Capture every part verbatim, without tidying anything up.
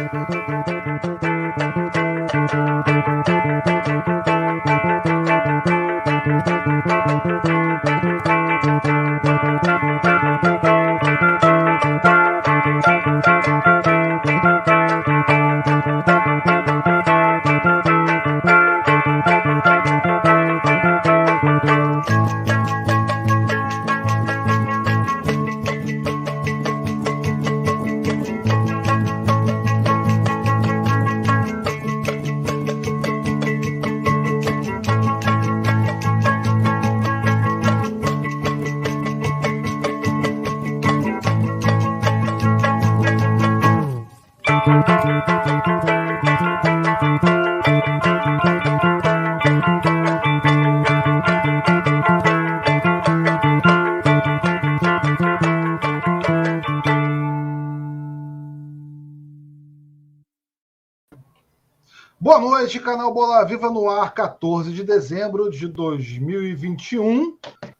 Boa noite, canal Bola Viva no ar, quatorze de dezembro de dois mil e vinte e um.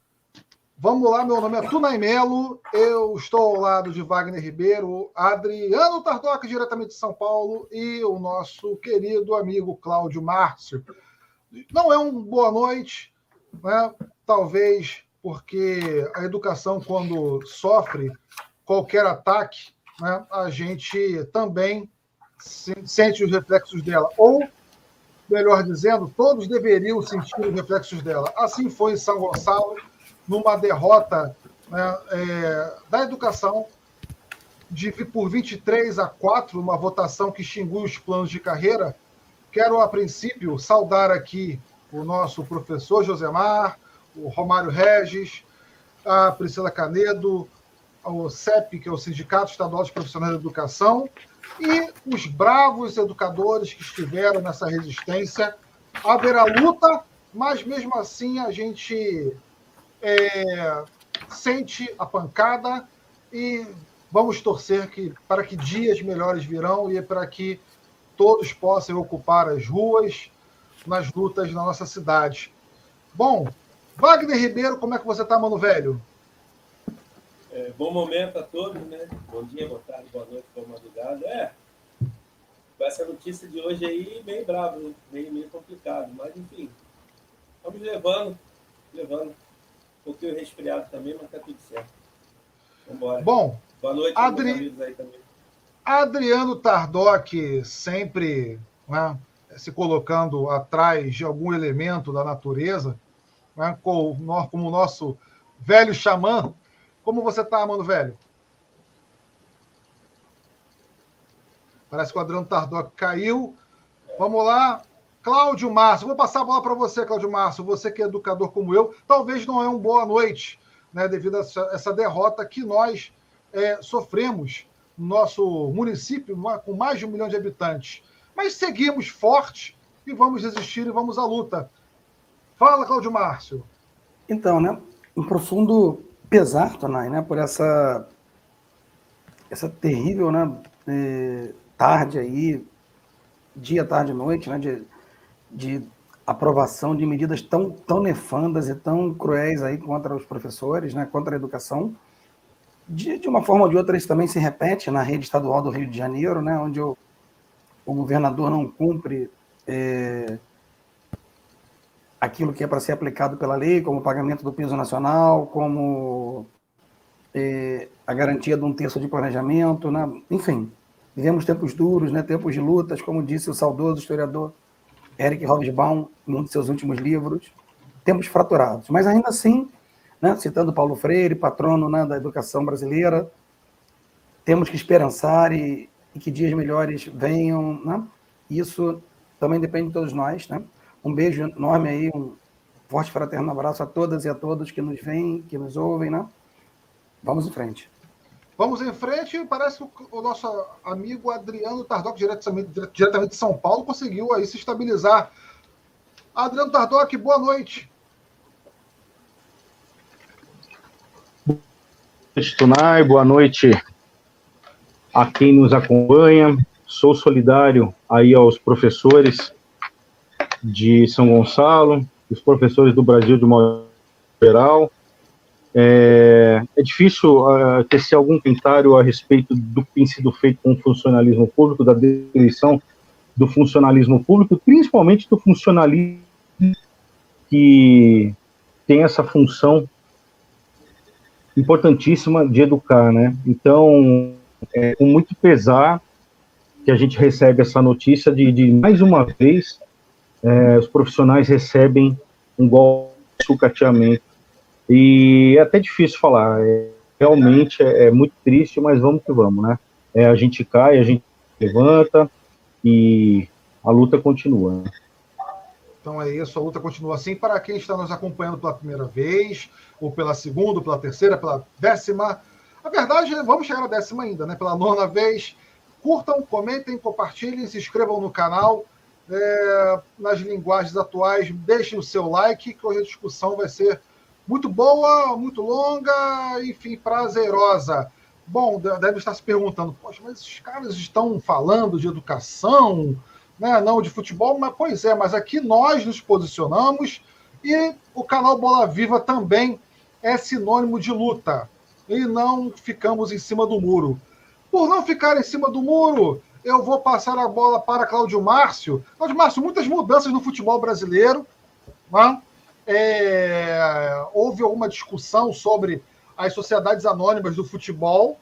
Vamos lá, meu nome é Tunay Melo, eu estou ao lado de Wagner Ribeiro, Adriano Tardoc, diretamente de São Paulo, e o nosso querido amigo Cláudio Márcio. Não é um boa noite, né? Talvez porque a educação, quando sofre qualquer ataque, né, a gente também sente os reflexos dela, ou, melhor dizendo, todos deveriam sentir os reflexos dela. Assim foi em São Gonçalo, numa derrota, né, é, da educação, de, por vinte e três a quatro, uma votação que extinguiu os planos de carreira. Quero, a princípio, saudar aqui o nosso professor Josemar, o Romário Regis, a Priscila Canedo, o C E P, que é o Sindicato Estadual dos Profissionais da Educação, e os bravos educadores que estiveram nessa resistência. Haverá luta, mas mesmo assim a gente é, sente a pancada e vamos torcer que, para que dias melhores virão e para que todos possam ocupar as ruas nas lutas na nossa cidade. Bom, Wagner Ribeiro, como é que você está, mano velho? É, bom momento a todos, né? Bom dia, boa tarde, boa noite, boa madrugada. É, com essa notícia de hoje aí, meio bravo, né? meio, meio complicado, mas enfim, vamos levando, levando. Um pouquinho resfriado também, mas tá tudo certo. Vamos embora. Bom, boa noite, Adri... meus amigos aí também. Adriano Tardoc, sempre, né, se colocando atrás de algum elemento da natureza, né, como o nosso velho xamã. Como você está, mano velho? Parece que o Adriano Tardoc caiu. Vamos lá. Cláudio Márcio. Vou passar a bola para você, Cláudio Márcio. Você que é educador como eu, talvez não é uma boa noite, né, devido a essa, essa derrota que nós é, sofremos no nosso município, com mais de um milhão de habitantes. Mas seguimos forte e vamos resistir e vamos à luta. Fala, Cláudio Márcio. Então, né, um profundo pesar, Tonai, né, por essa, essa terrível, né, eh, tarde aí, dia, tarde e noite, né, de, de aprovação de medidas tão, tão nefandas e tão cruéis aí contra os professores, né, contra a educação. De, de uma forma ou de outra, isso também se repete na rede estadual do Rio de Janeiro, né, onde o, o governador não cumpre eh, aquilo que é para ser aplicado pela lei, como o pagamento do piso nacional, como eh, a garantia de um terço de planejamento, né? Enfim, vivemos tempos duros, né? Tempos de lutas, como disse o saudoso historiador Eric Hobsbawm em um de seus últimos livros, tempos fraturados. Mas ainda assim, né, citando Paulo Freire, patrono, né, da educação brasileira, temos que esperançar e, e que dias melhores venham, né? Isso também depende de todos nós, né? Um beijo enorme aí, um forte fraterno abraço a todas e a todos que nos veem, que nos ouvem, né? Vamos em frente. Vamos em frente. Parece que o nosso amigo Adriano Tardoc, diretamente, diretamente de São Paulo, conseguiu aí se estabilizar. Adriano Tardoc, boa noite. Boa noite, Tunay. Boa noite a quem nos acompanha. Sou solidário aí aos professores de São Gonçalo, os professores do Brasil de modo geral. É, é difícil uh, tecer algum comentário a respeito do que tem sido feito com o funcionalismo público, da destruição do funcionalismo público, principalmente do funcionalismo que tem essa função importantíssima de educar, né? Então, é com muito pesar que a gente recebe essa notícia de, de mais uma vez, é, os profissionais recebem um golpe de sucateamento. E é até difícil falar, é, realmente é, é muito triste, mas vamos que vamos, né? É, a gente cai, a gente levanta e a luta continua. Né? Então é isso, a luta continua assim. Para quem está nos acompanhando pela primeira vez, ou pela segunda, ou pela terceira, pela décima, na verdade, vamos chegar à décima ainda, né? Pela nona vez, curtam, comentem, compartilhem, se inscrevam no canal, é, nas linguagens atuais, deixem o seu like, que hoje a discussão vai ser muito boa, muito longa, enfim, prazerosa. Bom, deve estar se perguntando, poxa, mas esses caras estão falando de educação, né, não de futebol, mas pois é, mas aqui nós nos posicionamos e o canal Bola Viva também é sinônimo de luta e não ficamos em cima do muro. Por não ficar em cima do muro, eu vou passar a bola para Cláudio Márcio. Cláudio Márcio, muitas mudanças no futebol brasileiro, né? É, houve alguma discussão sobre as sociedades anônimas do futebol,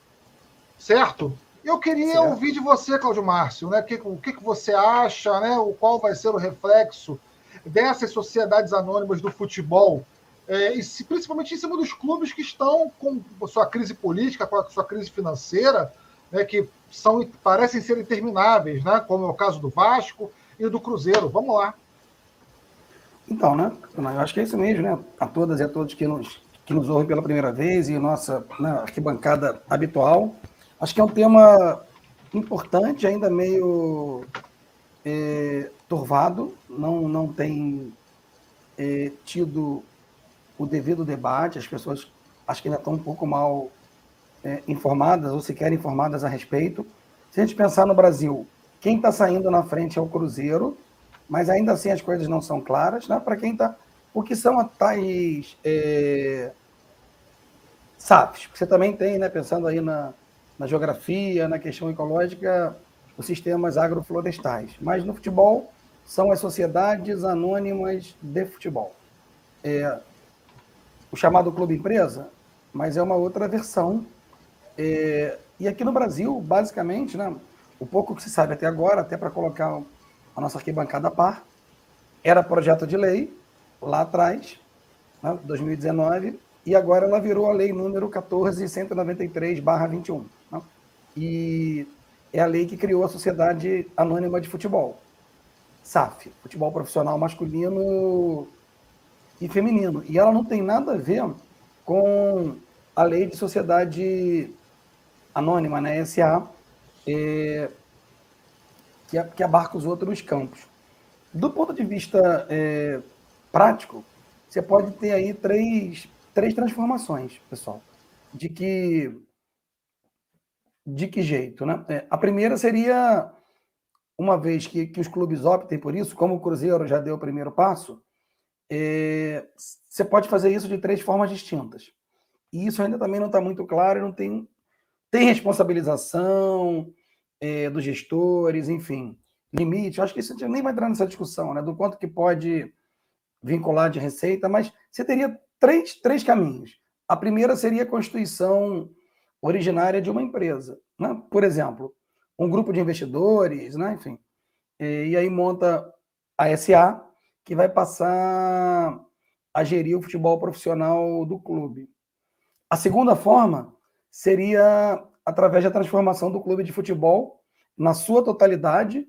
certo? Eu queria certo. ouvir de você, Cláudio Márcio, né? O, que, o que você acha, né? O qual vai ser o reflexo dessas sociedades anônimas do futebol, é, e se, principalmente em cima dos clubes que estão com a sua crise política, com a sua crise financeira, né? Que são, parecem ser intermináveis, né? Como é o caso do Vasco e do Cruzeiro. Vamos lá. Então, né, eu acho que é isso mesmo, né, a todas e a todos que nos, que nos ouvem pela primeira vez e nossa, né, arquibancada habitual, acho que é um tema importante, ainda meio é, turvado, não, não tem é, tido o devido debate, as pessoas acho que ainda estão um pouco mal é, informadas ou sequer informadas a respeito. Se a gente pensar no Brasil, quem está saindo na frente é o Cruzeiro, mas ainda assim as coisas não são claras, né? Para quem está... O que são as tais é... S A Fs? Você também tem, né? Pensando aí na, na geografia, na questão ecológica, os sistemas agroflorestais. Mas no futebol são as sociedades anônimas de futebol. É... O chamado clube empresa, mas é uma outra versão. É... E aqui no Brasil, basicamente, né? O pouco que se sabe até agora, até para colocar a nossa arquibancada a par, era projeto de lei, lá atrás, né, dois mil e dezenove, e agora ela virou a lei número quatorze mil cento e noventa e três barra vinte e um. Né? E é a lei que criou a Sociedade Anônima de Futebol, S A F, Futebol Profissional Masculino e Feminino. E ela não tem nada a ver com a lei de Sociedade Anônima, né, S A, é, que, que abarca os outros campos. Do ponto de vista é, prático, você pode ter aí três, três transformações, pessoal. De que, de que jeito, né? É, a primeira seria, uma vez que, que os clubes optem por isso, como o Cruzeiro já deu o primeiro passo, é, você pode fazer isso de três formas distintas. E isso ainda também não está muito claro, não tem, tem responsabilização é, dos gestores, enfim, limite. Eu acho que isso a gente nem vai entrar nessa discussão, né, do quanto que pode vincular de receita, mas você teria três, três caminhos. A primeira seria a constituição originária de uma empresa, né? Por exemplo, um grupo de investidores, né? Enfim, e aí monta a S A, que vai passar a gerir o futebol profissional do clube. A segunda forma seria através da transformação do clube de futebol na sua totalidade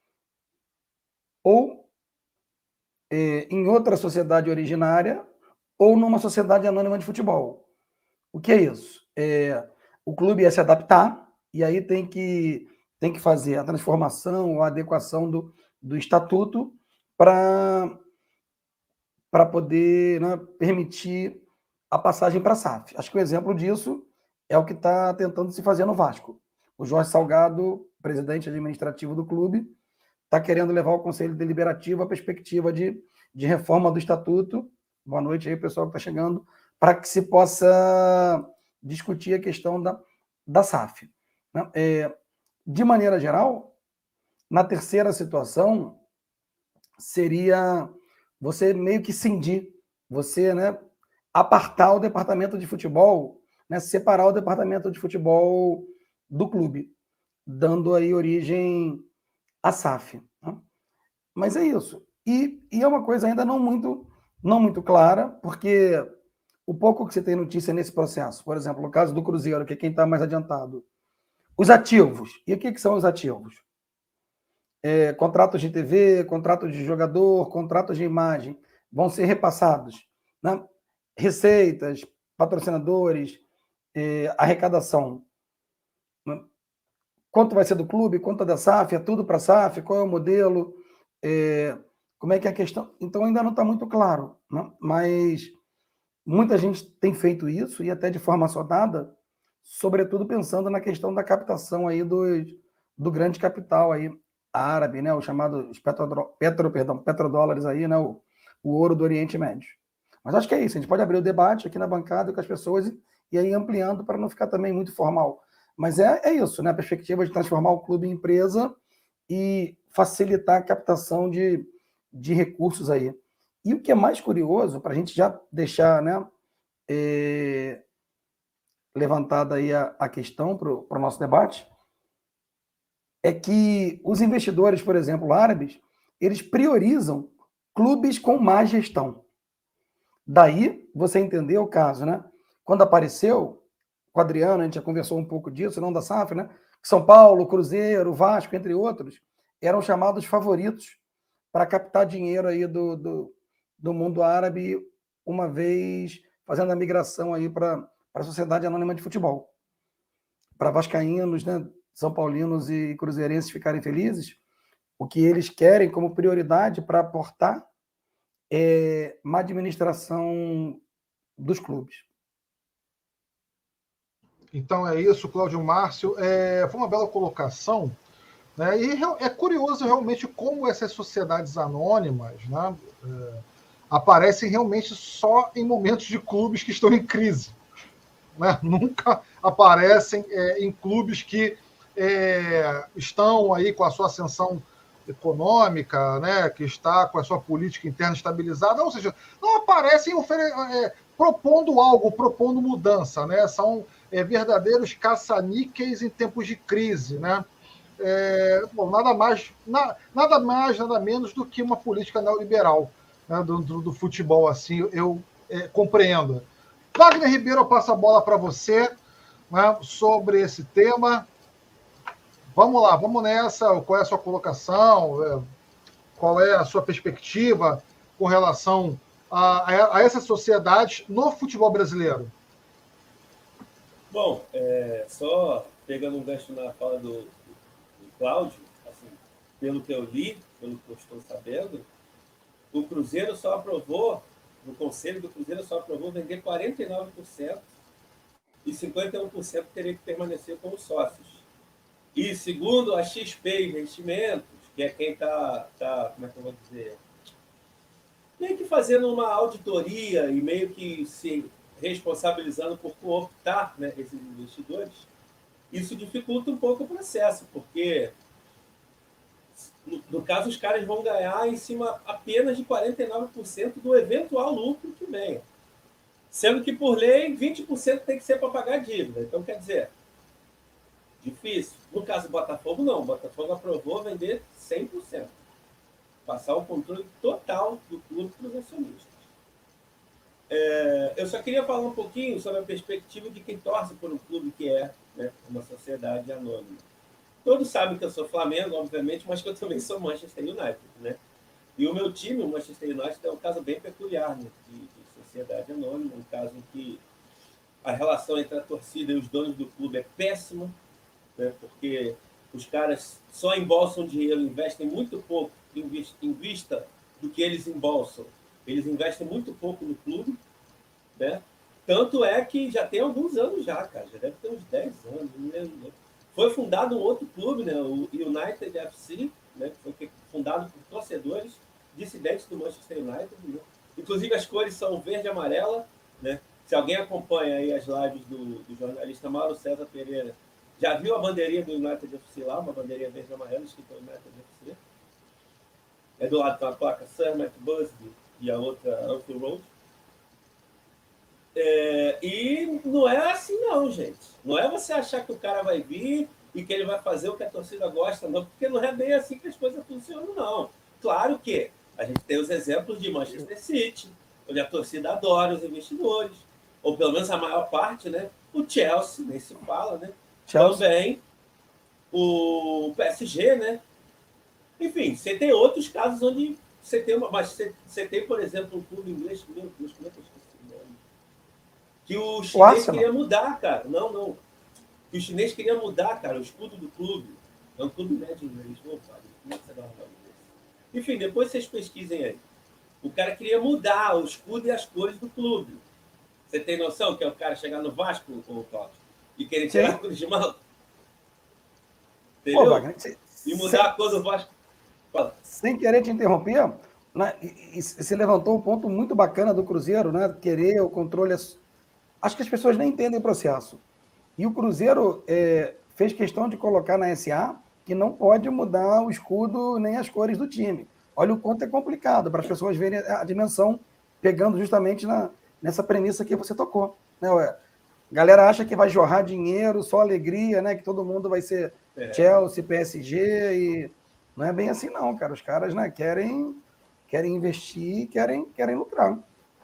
ou é, em outra sociedade originária ou numa sociedade anônima de futebol. O que é isso? É, o clube ia se adaptar e aí tem que, tem que fazer a transformação ou a adequação do, do estatuto para para poder, né, permitir a passagem para a S A F. Acho que o exemplo disso é o que está tentando se fazer no Vasco. O Jorge Salgado, presidente administrativo do clube, está querendo levar o Conselho Deliberativo à perspectiva de, de reforma do Estatuto. Boa noite aí, pessoal que está chegando, para que se possa discutir a questão da, da S A F. Né? É, de maneira geral, na terceira situação, seria você meio que cindir, você, né, apartar o departamento de futebol, né, separar o departamento de futebol do clube, dando aí origem à S A F. Né? Mas é isso. E, e é uma coisa ainda não muito, não muito clara, porque o pouco que você tem notícia nesse processo, por exemplo, no caso do Cruzeiro, que é quem está mais adiantado, os ativos. E o que, que são os ativos? É, contratos de T V, contratos de jogador, contratos de imagem vão ser repassados. Né? Receitas, patrocinadores, é, arrecadação. Né? Quanto vai ser do clube, quanto é da S A F, é tudo para a S A F, qual é o modelo, é, como é que é a questão. Então ainda não está muito claro, né? Mas muita gente tem feito isso, e até de forma assodada, sobretudo pensando na questão da captação aí do, do grande capital aí, árabe, né? O chamado os petro, petro, perdão, petrodólares aí, né? O, o ouro do Oriente Médio. Mas acho que é isso, a gente pode abrir o debate aqui na bancada com as pessoas e, e aí ampliando para não ficar também muito formal. Mas é, é isso, né? A perspectiva de transformar o clube em empresa e facilitar a captação de, de recursos aí. E o que é mais curioso, para a gente já deixar, né, é, levantada aí a, a questão para o nosso debate, é que os investidores, por exemplo, árabes, eles priorizam clubes com má gestão. Daí você entendeu o caso, né? Quando apareceu, com o Adriano, a gente já conversou um pouco disso, não da S A F, né? São Paulo, Cruzeiro, Vasco, entre outros, eram chamados favoritos para captar dinheiro aí do, do, do mundo árabe, uma vez fazendo a migração aí para a Sociedade Anônima de Futebol. Para vascaínos, né, são paulinos e cruzeirenses ficarem felizes, o que eles querem como prioridade para aportar é uma administração dos clubes. Então é isso, Cláudio Márcio. É, foi uma bela colocação, né? E é curioso realmente como essas sociedades anônimas, né, é, aparecem realmente só em momentos de clubes que estão em crise. Né? Nunca aparecem é, em clubes que é, estão aí com a sua ascensão econômica, né, que está com a sua política interna estabilizada, ou seja, não aparecem é, propondo algo, propondo mudança, né? São é, verdadeiros caça-níqueis em tempos de crise, né? É, bom, nada mais, na, nada mais, nada menos do que uma política neoliberal, né, do, do, do futebol, assim, eu é, compreendo. Wagner Ribeiro, eu passo a bola para você, né, sobre esse tema. Vamos lá, vamos nessa. Qual é a sua colocação? Qual é a sua perspectiva com relação a, a essa sociedade no futebol brasileiro? Bom, é, só pegando um gancho na fala do, do, do Cláudio, assim, pelo que eu li, pelo que eu estou sabendo, o Cruzeiro só aprovou, no Conselho do Cruzeiro só aprovou vender quarenta e nove por cento e cinquenta e um por cento teria que permanecer como sócios. E segundo a X P Investimentos, que é quem está, tá, como é que eu vou dizer, meio que fazendo uma auditoria e meio que se responsabilizando por cooptar, né, esses investidores, isso dificulta um pouco o processo, porque, no, no caso, os caras vão ganhar em cima apenas de quarenta e nove por cento do eventual lucro que venha. Sendo que, por lei, vinte por cento tem que ser para pagar a dívida. Então, quer dizer, difícil. No caso do Botafogo, não. O Botafogo aprovou vender cem por cento. Passar o controle total do clube para os acionistas. É, eu só queria falar um pouquinho sobre a perspectiva de quem torce por um clube que é, né, uma sociedade anônima. Todos sabem que eu sou Flamengo, obviamente, mas que eu também sou Manchester United, né? E o meu time, o Manchester United, é um caso bem peculiar, né, de, de sociedade anônima, um caso em que a relação entre a torcida e os donos do clube é péssima, né, porque os caras só embolsam dinheiro, investem muito pouco em vista do que eles embolsam. Eles investem muito pouco no clube, né? Tanto é que já tem alguns anos já, cara, já deve ter uns dez anos, não lembro. Foi fundado um outro clube, né, o United F C, né, que foi fundado por torcedores dissidentes do Manchester United, né? Inclusive as cores são verde e amarela, né? se alguém acompanha aí as lives do, do jornalista Mauro César Pereira, já viu a bandeirinha do United F C lá, uma bandeirinha verde e amarela, escrita United F C. É do lado da placa Sir Matt Busby e a outra Anfield Road. É, e não é assim não, gente. Não é você achar que o cara vai vir e que ele vai fazer o que a torcida gosta, não, porque não é bem assim que as coisas funcionam, não. Claro que a gente tem os exemplos de Manchester City, onde a torcida adora os investidores, ou pelo menos a maior parte, né? O Chelsea, nem se fala, né? Chelsea. Também o P S G, né? Enfim, você tem outros casos onde você tem uma... Mas você, você tem, por exemplo, um clube inglês, meu Deus, como é que eu esqueci o nome? Que o chinês o queria mudar, cara. Não, não. Que o chinês queria mudar, cara, o escudo do clube. É um clube médio inglês. Não, cara. Como é que você dá uma nome desse? Enfim, depois vocês pesquisem aí. O cara queria mudar o escudo e as cores do clube. Você tem noção que é o cara chegar no Vasco, o Cláudio, e querer tirar a cruz de malta? Entendeu? Pô, Wagner, se, e mudar sem, a cor do Vasco. Fala. Sem querer te interromper, né, e, e se levantou um ponto muito bacana do Cruzeiro, né? Querer o controle. Acho que as pessoas nem entendem o processo. E o Cruzeiro é, fez questão de colocar na S A que não pode mudar o escudo nem as cores do time. Olha o quanto é complicado para as pessoas verem a dimensão, pegando justamente na, nessa premissa que você tocou. Né? A galera acha que vai jorrar dinheiro, só alegria, né? Que todo mundo vai ser é. Chelsea, P S G, e não é bem assim não, cara. Os caras, né, querem, querem investir, querem, querem lucrar.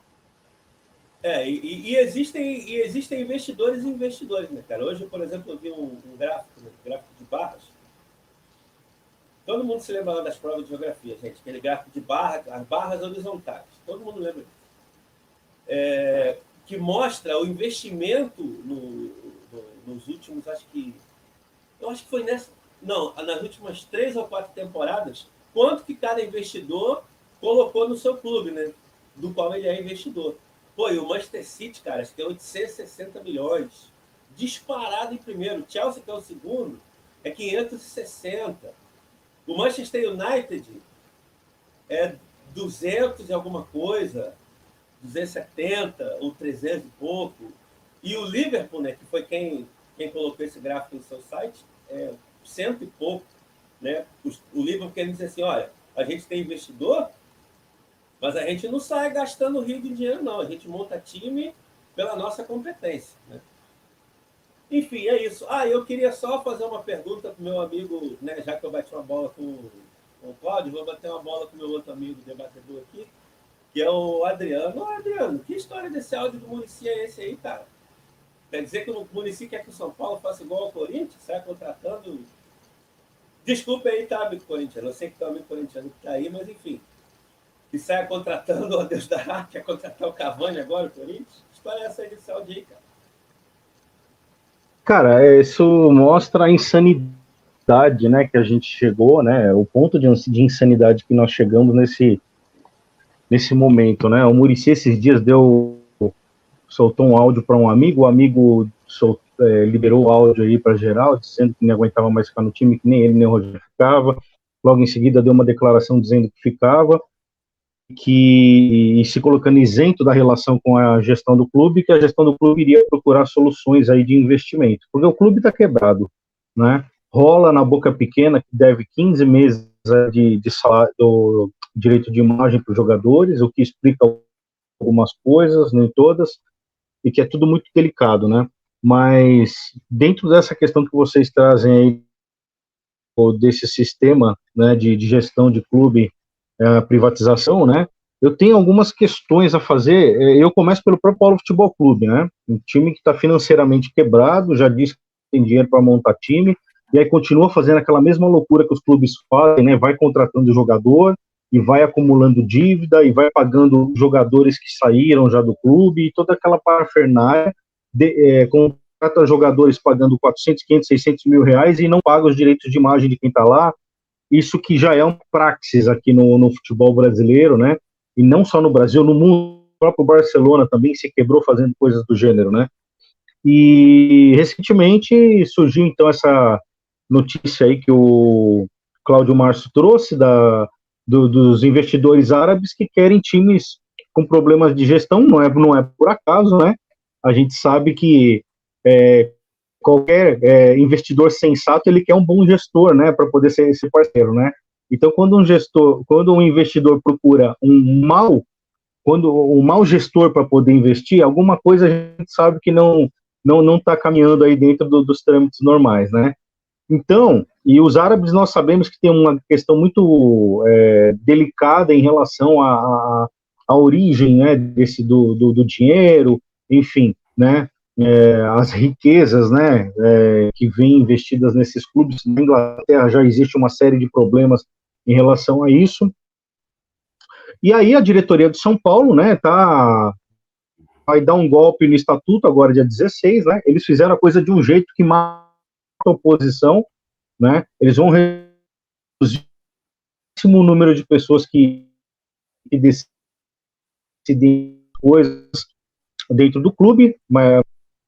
É, e, e, existem, e existem investidores e investidores, né, cara? Hoje, por exemplo, eu vi um, um gráfico, né, um gráfico de barras. Todo mundo se lembra das provas de geografia, gente. Aquele gráfico de barra, as barras horizontais. Todo mundo lembra disso. É, que mostra o investimento no, no, nos últimos, acho que... Eu acho que foi nessa... Não, nas últimas três ou quatro temporadas, quanto que cada investidor colocou no seu clube, né? Do qual ele é investidor. Pô, e o Manchester City, cara, acho que é oitocentos e sessenta milhões. Disparado em primeiro. O Chelsea, que é o segundo, é quinhentos e sessenta. O Manchester United é duzentos e alguma coisa, duzentos e setenta ou trezentos e pouco. E o Liverpool, né, que foi quem, quem colocou esse gráfico no seu site, é cento e pouco. Né? O, o Liverpool quer dizer assim, olha, a gente tem investidor, mas a gente não sai gastando rio de dinheiro, não. A gente monta time pela nossa competência. Né? Enfim, é isso. Ah, eu queria só fazer uma pergunta para o meu amigo, né, já que eu bati uma bola com, com o Cláudio, vou bater uma bola com o meu outro amigo debatedor aqui, que é o Adriano. Ô, Adriano, que história desse áudio do Muricy é esse aí, cara? Quer dizer que o Muricy quer que o São Paulo faça igual ao Corinthians? Sai contratando... Desculpa aí, tá, amigo corintiano? Eu sei que tem um amigo corintiano que está aí, mas enfim. Que saia contratando, ó Deus dará, quer contratar o Cavani agora, o Corinthians? Que história é essa aí desse áudio aí, cara? Cara, isso mostra a insanidade, né, que a gente chegou, né, o ponto de, de insanidade que nós chegamos nesse, nesse momento, né. O Muricy esses dias deu, soltou um áudio para um amigo, o amigo sol, é, liberou o áudio aí para geral, dizendo que não aguentava mais ficar no time, que nem ele nem o Rogério ficava. Logo em seguida deu uma declaração dizendo que ficava, que e se colocando isento da relação com a gestão do clube, que a gestão do clube iria procurar soluções aí de investimento, porque o clube está quebrado, né? Rola na boca pequena, que deve quinze meses de, de salário, do direito de imagem para os jogadores, o que explica algumas coisas, nem todas, e que é tudo muito delicado, né? Mas dentro dessa questão que vocês trazem aí, desse sistema, né, de, de gestão de clube, a privatização, né, eu tenho algumas questões a fazer. Eu começo pelo próprio Paulo Futebol Clube, né, um time que está financeiramente quebrado, já diz que tem dinheiro para montar time, e aí continua fazendo aquela mesma loucura que os clubes fazem, né, vai contratando jogador, e vai acumulando dívida, e vai pagando jogadores que saíram já do clube, e toda aquela parafernália, de, é, contrata jogadores pagando quatrocentos, quinhentos, seiscentos mil reais, e não paga os direitos de imagem de quem está lá. Isso que já é um praxis aqui no, no futebol brasileiro, né, e não só no Brasil, no mundo. O próprio Barcelona também se quebrou fazendo coisas do gênero, né, e recentemente surgiu então essa notícia aí que o Cláudio Márcio trouxe da, do, dos investidores árabes que querem times com problemas de gestão, não é, não é por acaso, né, A gente sabe que é, qualquer é, investidor sensato, ele quer um bom gestor, né, para poder ser esse parceiro, né? Então, quando um gestor, quando um investidor procura um mau, quando um mau gestor para poder investir, alguma coisa a gente sabe que não não não está caminhando aí dentro do, dos trâmites normais, né? Então, e os árabes nós sabemos que tem uma questão muito é, delicada em relação à, à origem, né, desse do, do, do dinheiro, enfim, né? É, as riquezas, né, é, que vêm investidas nesses clubes. Na Inglaterra já existe uma série de problemas em relação a isso. E aí a diretoria do São Paulo, né, tá, vai dar um golpe no estatuto agora dia dezesseis, né, eles fizeram a coisa de um jeito que mata a oposição, né, eles vão reduzir o número de pessoas que, que decidem coisas dentro do clube, mas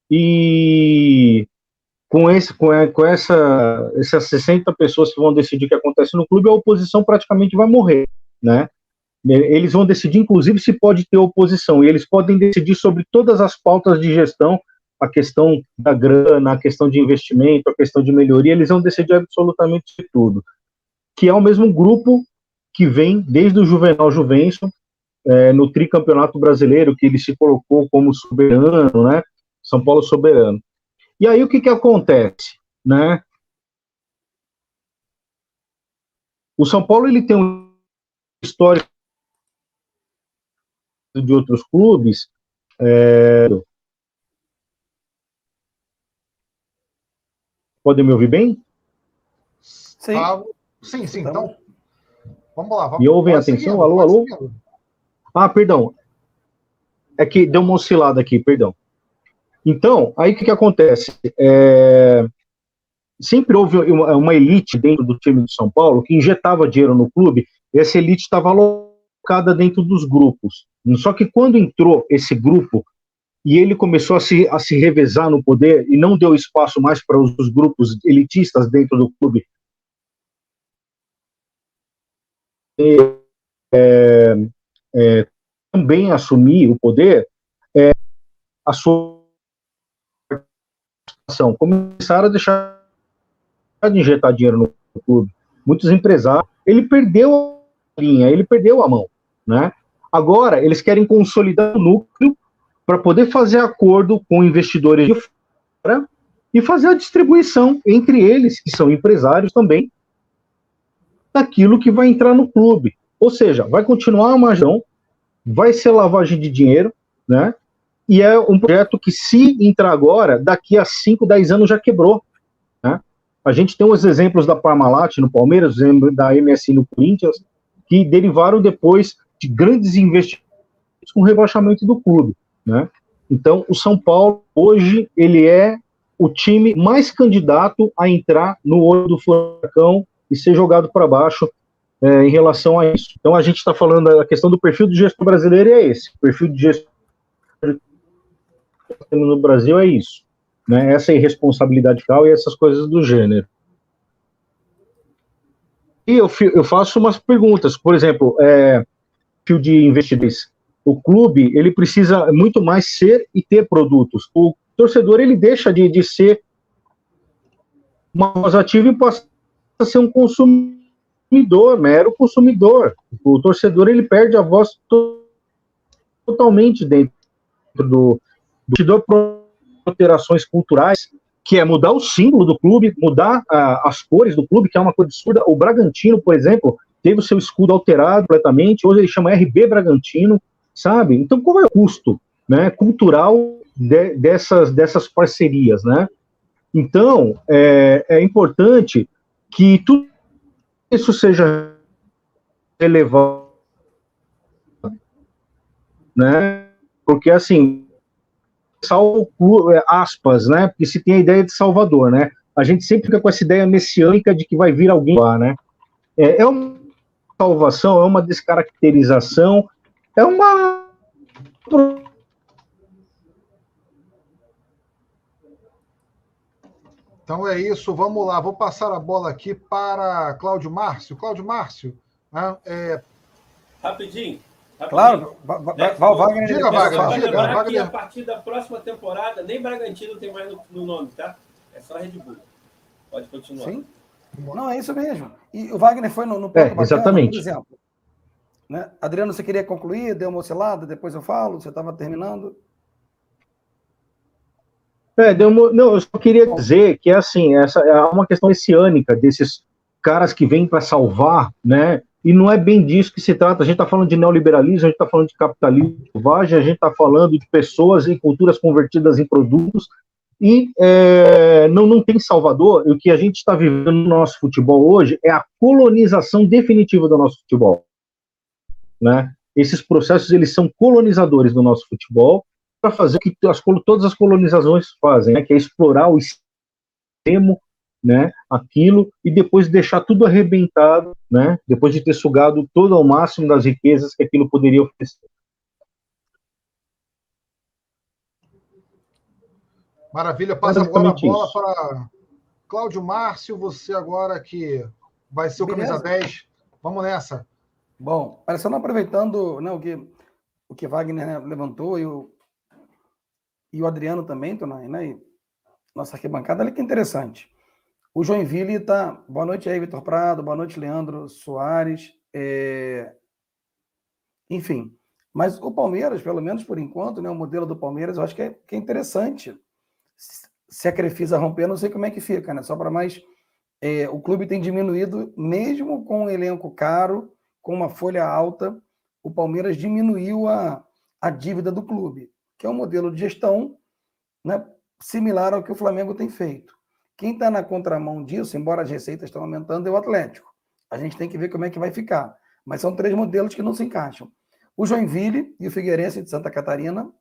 e com, esse, com, com essa, essas sessenta pessoas que vão decidir o que acontece no clube, a oposição praticamente vai morrer, né? Eles vão decidir, inclusive, se pode ter oposição, e eles podem decidir sobre todas as pautas de gestão, a questão da grana, a questão de investimento, a questão de melhoria, eles vão decidir absolutamente tudo, que é o mesmo grupo que vem desde o Juvenal Juvencio, é, no tricampeonato brasileiro, que ele se colocou como soberano, né? São Paulo soberano. E aí o que que acontece, né? O São Paulo ele tem um histórico de outros clubes. É... Podem me ouvir bem? Sim, Ah, sim, sim. Então, vamos lá. Vamos, me ouvem pode atenção? seguindo, Alô, pode alô? seguindo. Ah, perdão. É que deu uma oscilada aqui, perdão. Então, aí o que que acontece? É... Sempre houve uma, uma elite dentro do time de São Paulo que injetava dinheiro no clube, e essa elite estava alocada dentro dos grupos. Só que quando entrou esse grupo e ele começou a se, a se revezar no poder e não deu espaço mais para os, os grupos elitistas dentro do clube, é, é, também assumir o poder, é, a sua ação começaram a deixar de injetar dinheiro no clube. Muitos empresários, ele perdeu a linha, ele perdeu a mão, né? Agora, eles querem consolidar o núcleo para poder fazer acordo com investidores de fora e fazer a distribuição entre eles, que são empresários também, daquilo que vai entrar no clube. Ou seja, vai continuar uma gestão, vai ser lavagem de dinheiro, né? E é um projeto que, se entrar agora, daqui a cinco, dez anos já quebrou, né? A gente tem os exemplos da Parmalat no Palmeiras, da M S I no Corinthians, que derivaram depois de grandes investimentos com rebaixamento do clube, né? Então, o São Paulo, hoje, ele é o time mais candidato a entrar no olho do furacão e ser jogado para baixo é, em relação a isso. Então, a gente está falando, a questão do perfil do gestor brasileiro é esse. O perfil de gestor no Brasil é isso, né? Essa irresponsabilidade fiscal e essas coisas do gênero. E eu, eu faço umas perguntas, por exemplo, é, perfil de investidores. O clube, ele precisa muito mais ser e ter produtos. O torcedor, ele deixa de, de ser uma voz ativa e passa a ser um consumidor, mero consumidor. O torcedor, ele perde a voz to totalmente dentro do... do por alterações culturais, que é mudar o símbolo do clube, mudar uh, as cores do clube, que é uma coisa absurda. O Bragantino, por exemplo, teve o seu escudo alterado completamente, hoje ele chama R B Bragantino, sabe? Então, qual é o custo, né, cultural de, dessas, dessas parcerias, né? Então, é, é importante que tudo isso seja elevado, né? Porque, assim, salvo aspas, né? Porque se tem a ideia de Salvador, né? A gente sempre fica com essa ideia messiânica de que vai vir alguém lá, né? É, é uma salvação, é uma descaracterização, é uma... Então é isso, vamos lá. Vou passar a bola aqui para Cláudio Márcio. Cláudio Márcio, né, é... Rapidinho. Claro, vai, Né? vai o Wagner. Diga, depois Wagner, eu falo. diga. Lembrar que Wagner. a partir da próxima temporada, nem Bragantino tem mais no, no nome, tá? É só Red Bull. Pode continuar. Sim. Não, é isso mesmo. E o Wagner foi no, no ponto É, bacana, exatamente. por exemplo. Né? Adriano, você queria concluir? Deu uma oscilada, depois eu falo, você estava terminando. É, deu uma- não, eu só queria dizer que assim, essa é uma questão messiânica desses caras que vêm para salvar, né? E não é bem disso que se trata. A gente está falando de neoliberalismo, a gente está falando de capitalismo selvagem, a gente está falando de pessoas e culturas convertidas em produtos. E é, não, não tem salvador. E o que a gente está vivendo no nosso futebol hoje é a colonização definitiva do nosso futebol, né? Esses processos eles são colonizadores do nosso futebol para fazer o que as, todas as colonizações fazem, né? Que é explorar o extremo, né? Aquilo e depois deixar tudo arrebentado, né? Depois de ter sugado todo ao máximo das riquezas que aquilo poderia oferecer. Maravilha, passa agora a Basicamente bola isso. para Cláudio Márcio, você agora que vai ser o Beleza. camisa dez. Vamos nessa. Bom, Alessandro, aproveitando, né, o que o que Wagner, né, levantou e o, e o Adriano também, Tonai, né? E nossa arquibancada, olha que interessante. O Joinville está. Boa noite aí, Vitor Prado. Boa noite, Leandro Soares. É... Enfim. Mas o Palmeiras, pelo menos por enquanto, né, o modelo do Palmeiras, eu acho que é, que é interessante. Se a Crefisa romper, não sei como é que fica, né? Só para mais. É, o clube tem diminuído, mesmo com um elenco caro, com uma folha alta, o Palmeiras diminuiu a, a dívida do clube, que é um modelo de gestão, né, similar ao que o Flamengo tem feito. Quem está na contramão disso, embora as receitas estão aumentando, é o Atlético. A gente tem que ver como é que vai ficar. Mas são três modelos que não se encaixam. O Joinville e o Figueirense de Santa Catarina.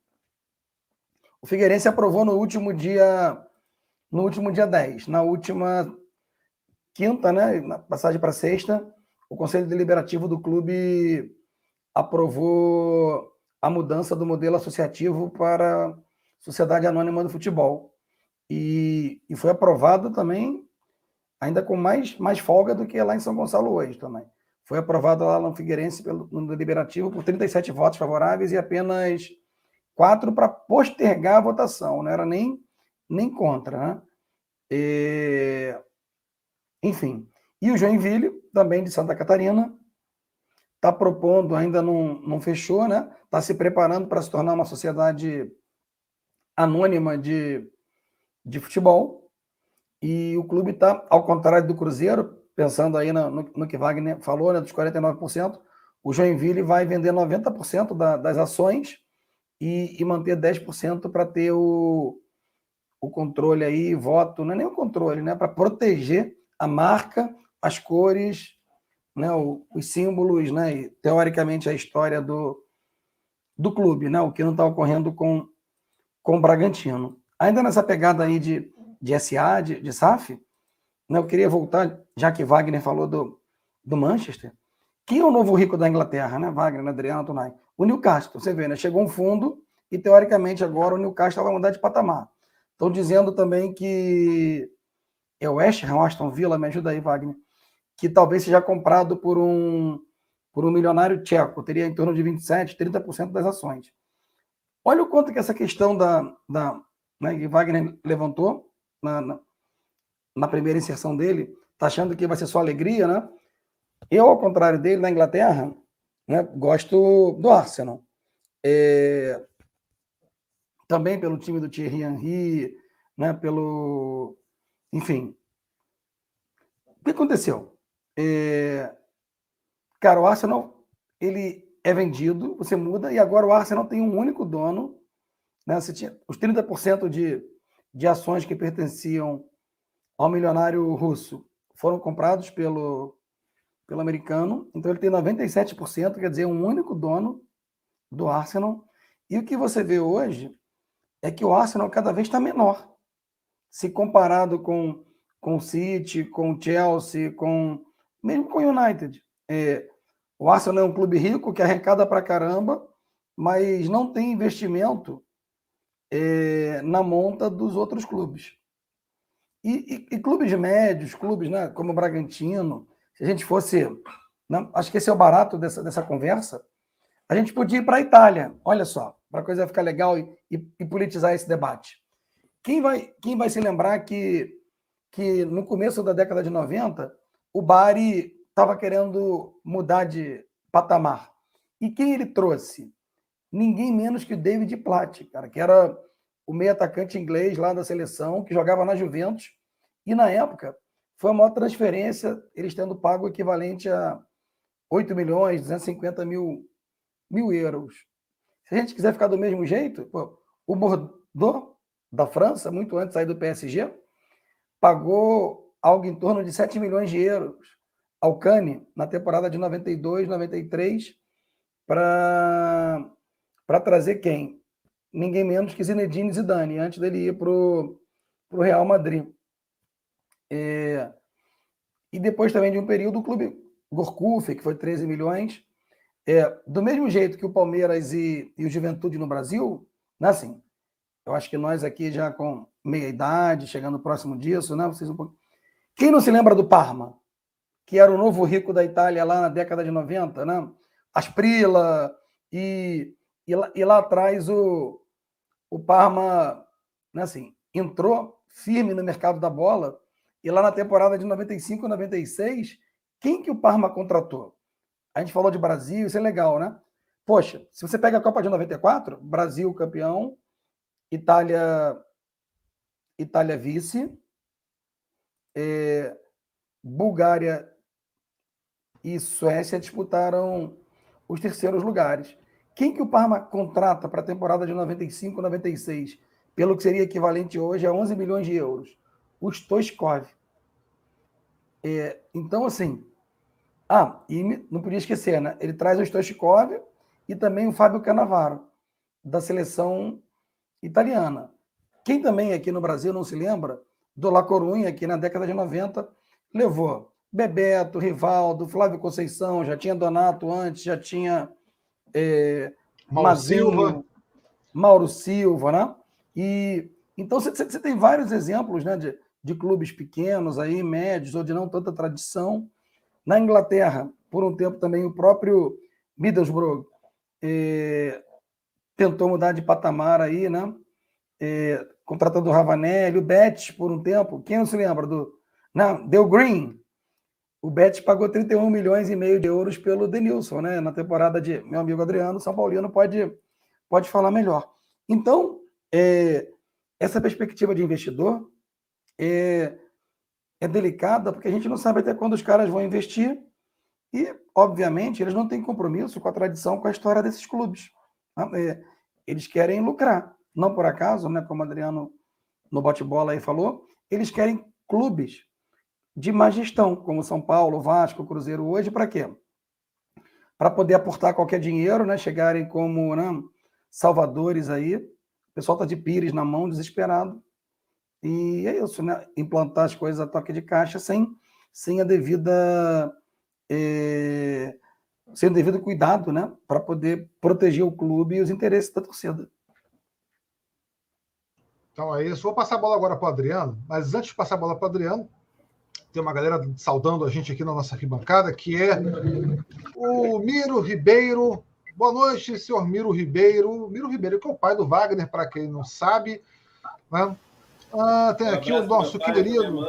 O Figueirense aprovou no último dia, no último dia dez, na última quinta, né, na passagem para sexta, o Conselho Deliberativo do clube aprovou a mudança do modelo associativo para Sociedade Anônima do Futebol. E, e foi aprovado também, ainda com mais, mais folga do que lá em São Gonçalo hoje também. Foi aprovado lá no Figueirense, pelo, no Deliberativo, por trinta e sete votos favoráveis e apenas quatro para postergar a votação, não era nem, nem contra, né? E, enfim. E o Joinville, também de Santa Catarina, está propondo, ainda não, não fechou, né? Está se preparando para se tornar uma sociedade anônima de, de futebol. E o clube está, ao contrário do Cruzeiro, pensando aí no, no, no que Wagner falou, né, dos quarenta e nove por cento, o Joinville vai vender noventa por cento da, das ações e, e manter dez por cento para ter o, o controle aí, voto, não é nem o controle, né? Para proteger a marca, as cores, né, o, os símbolos, né, e, teoricamente a história do, do clube, né, o que não está ocorrendo com, com o Bragantino. Ainda nessa pegada aí de, de S A, de, de S A F, né, eu queria voltar, já que Wagner falou do, do Manchester, quem é o novo rico da Inglaterra, né, Wagner, Adriano, Tonai? O Newcastle, você vê, né, chegou um fundo e teoricamente agora o Newcastle vai mudar de patamar. Estão dizendo também que é o West Ham, Aston Villa, me ajuda aí, Wagner, que talvez seja comprado por um, por um milionário tcheco, teria em torno de vinte e sete, trinta por cento das ações. Olha o quanto que essa questão da, da né, que Wagner levantou na, na, na primeira inserção dele, está achando que vai ser só alegria, né? Eu, ao contrário dele, na Inglaterra, né, gosto do Arsenal. É, também pelo time do Thierry Henry, né, pelo... Enfim. O que aconteceu? É, cara, o Arsenal, ele é vendido, você muda, e agora o Arsenal tem um único dono, né? Você tinha os trinta por cento de, de ações que pertenciam ao milionário russo foram comprados pelo, pelo americano, então ele tem noventa e sete por cento, quer dizer, um único dono do Arsenal, e o que você vê hoje é que o Arsenal cada vez está menor, se comparado com, com o City, com o Chelsea, com, mesmo com o United. É, o Arsenal é um clube rico que arrecada pra caramba, mas não tem investimento é, na monta dos outros clubes. E, e, e clubes médios, clubes, né, como o Bragantino, se a gente fosse... Né, acho que esse é o barato dessa, dessa conversa. a gente podia ir para a Itália, olha só, para a coisa ficar legal e, e, e politizar esse debate. Quem vai, quem vai se lembrar que, que no começo da década de noventa, o Bari estava querendo mudar de patamar. E quem ele trouxe? Ninguém menos que o David Platt, cara, que era o meio atacante inglês lá da seleção, que jogava na Juventus, e na época foi a maior transferência, eles tendo pago o equivalente a oito milhões, duzentos e cinquenta mil, mil euros. Se a gente quiser ficar do mesmo jeito, pô, o Bordeaux, da França, muito antes de sair do P S G, pagou algo em torno de sete milhões de euros ao Cane na temporada de noventa e dois, noventa e três, para trazer quem? Ninguém menos que Zinedine Zidane, antes dele ir para o Real Madrid. É, e depois também de um período, o clube Gorkuf, que foi treze milhões. É, do mesmo jeito que o Palmeiras e, e o Juventude no Brasil, né, assim, eu acho que nós aqui já com meia idade, chegando próximo disso, né? Vocês um pouco... Quem não se lembra do Parma, que era o novo rico da Itália lá na década de noventa, né? Asprilla, e, e, lá, e lá atrás o, o Parma, né, assim, entrou firme no mercado da bola, e lá na temporada de noventa e cinco, noventa e seis, quem que o Parma contratou? A gente falou de Brasil, isso é legal, né? Poxa, se você pega a Copa de noventa e quatro, Brasil campeão, Itália, Itália vice, é, Bulgária e Suécia disputaram os terceiros lugares. Quem que o Parma contrata para a temporada de noventa e cinco, noventa e seis, pelo que seria equivalente hoje a onze milhões de euros? O Stoichkov. É, então, assim... Ah, e não podia esquecer, né? Ele traz o Stoichkov e também o Fábio Cannavaro, da seleção italiana. Quem também aqui no Brasil não se lembra do La Coruña, que na década de noventa levou Bebeto, Rivaldo, Flávio Conceição, já tinha Donato antes, já tinha é, Mauro Mazinho, Silva. Mauro Silva, né? E, então você tem vários exemplos, né, de, de clubes pequenos, aí, médios, ou de não tanta tradição. Na Inglaterra, por um tempo também, o próprio Middlesbrough eh, tentou mudar de patamar aí, né? Eh, contratando o Ravanelli, o Betis por um tempo. Quem não se lembra do... Não, Dale Green. O Betis pagou trinta e um milhões e meio de euros pelo Denilson, né? Na temporada de... Meu amigo Adriano, São Paulino pode, pode falar melhor. Então, eh, essa perspectiva de investidor é... é delicada, porque a gente não sabe até quando os caras vão investir e, obviamente, eles não têm compromisso com a tradição, com a história desses clubes. Eles querem lucrar. Não por acaso, né, como o Adriano no bate-bola aí falou, eles querem clubes de má gestão, como São Paulo, Vasco, Cruzeiro hoje, para quê? Para poder aportar qualquer dinheiro, né, chegarem como, né, salvadores aí. O pessoal está de pires na mão, desesperado. E é isso, né? Implantar as coisas a toque de caixa sem, sem a devida é, sem o devido cuidado, né? Para poder proteger o clube e os interesses da torcida. Então é isso. Vou passar a bola agora para o Adriano, mas antes de passar a bola para o Adriano, tem uma galera saudando a gente aqui na nossa arquibancada, que é o Miro Ribeiro. Boa noite, senhor Miro Ribeiro. Miro Ribeiro, que é o pai do Wagner, para quem não sabe, né? Ah, tem aqui um o nosso querido.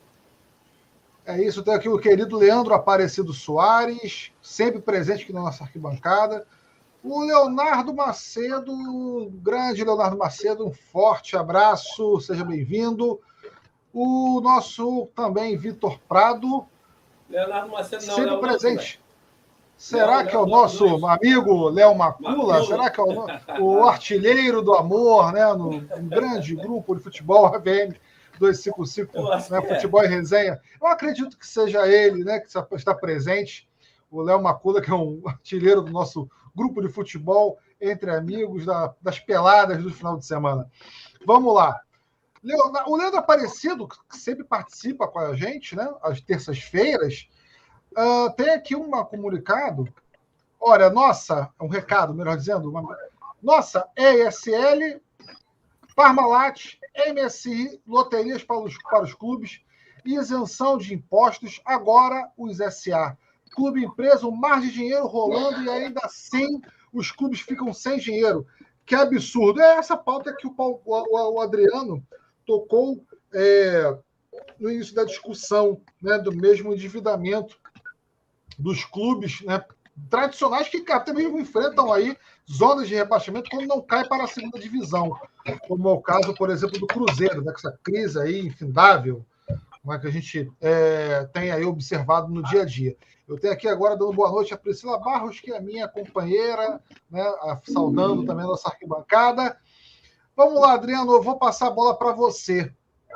É isso, tem aqui o querido Leandro Aparecido Soares, sempre presente aqui na nossa arquibancada. O Leonardo Macedo, grande Leonardo Macedo, um forte abraço, seja bem-vindo. O nosso também Vitor Prado. Leonardo Macedo não, sempre Léo presente. Não, Será não, que é o não, nosso não, amigo Léo Macula? Macula? Será que é o, o artilheiro do amor, né? No um grande grupo de futebol, A V M duzentos e cinquenta e cinco, né? Futebol e resenha. Eu acredito que seja ele, né? Que está presente. O Léo Macula, que é um artilheiro do nosso grupo de futebol entre amigos da, das peladas do final de semana. Vamos lá. Leonardo, o Leandro Aparecido, que sempre participa com a gente, né? Às terças-feiras. Uh, tem aqui um comunicado. Olha, nossa, um recado, melhor dizendo, uma, nossa E S L, Parmalat, M S I, loterias para os, para os clubes, isenção de impostos, agora os S A. Clube empresa, um mar de dinheiro rolando e ainda assim os clubes ficam sem dinheiro. Que absurdo. É essa pauta que o, Paulo, o, o Adriano tocou é, no início da discussão, né, do mesmo endividamento dos clubes, né, tradicionais que até mesmo enfrentam aí zonas de rebaixamento quando não cai para a segunda divisão, como é o caso, por exemplo, do Cruzeiro, né, com essa crise aí infindável, né, que a gente é, tem aí observado no dia a dia. Eu tenho aqui agora dando boa noite a Priscila Barros, que é a minha companheira, né, a, saudando também a nossa arquibancada. Vamos lá, Adriano, eu vou passar a bola para você.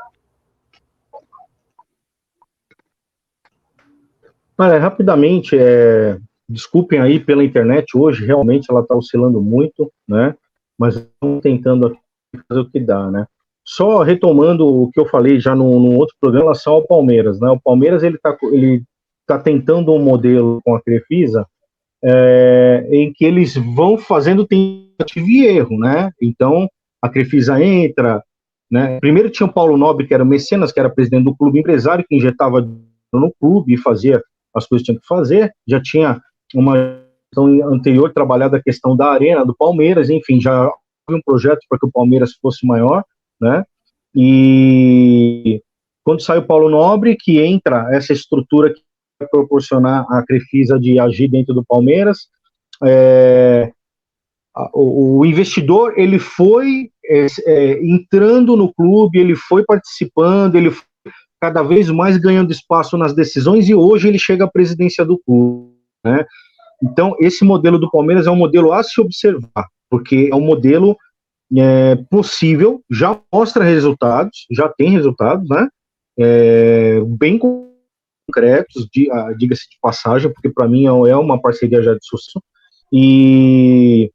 Olha, rapidamente, é... desculpem aí pela internet hoje, realmente ela está oscilando muito, né? Mas estamos tentando aqui fazer o que dá, né? Só retomando o que eu falei já no, no outro programa em relação ao Palmeiras, né? O Palmeiras ele está ele tá tentando um modelo com a Crefisa é, em que eles vão fazendo tentativa e erro, né? Então a Crefisa entra, né? Primeiro tinha o Paulo Nobre, que era o mecenas, que era presidente do clube empresário, que injetava no clube e fazia as coisas que tinha que fazer. Já tinha uma gestão anterior trabalhado a questão da arena do Palmeiras, enfim, já houve um projeto para que o Palmeiras fosse maior, né? E quando sai o Paulo Nobre, que entra essa estrutura que vai proporcionar a Crefisa de agir dentro do Palmeiras, é, o, o investidor ele foi é, é, entrando no clube, ele foi participando, ele foi cada vez mais ganhando espaço nas decisões e hoje ele chega à presidência do clube, né? Então, esse modelo do Palmeiras é um modelo a se observar, porque é um modelo é, possível, já mostra resultados, já tem resultados, né? É, bem concretos, diga-se de passagem, porque para mim é uma parceria já de sucesso, e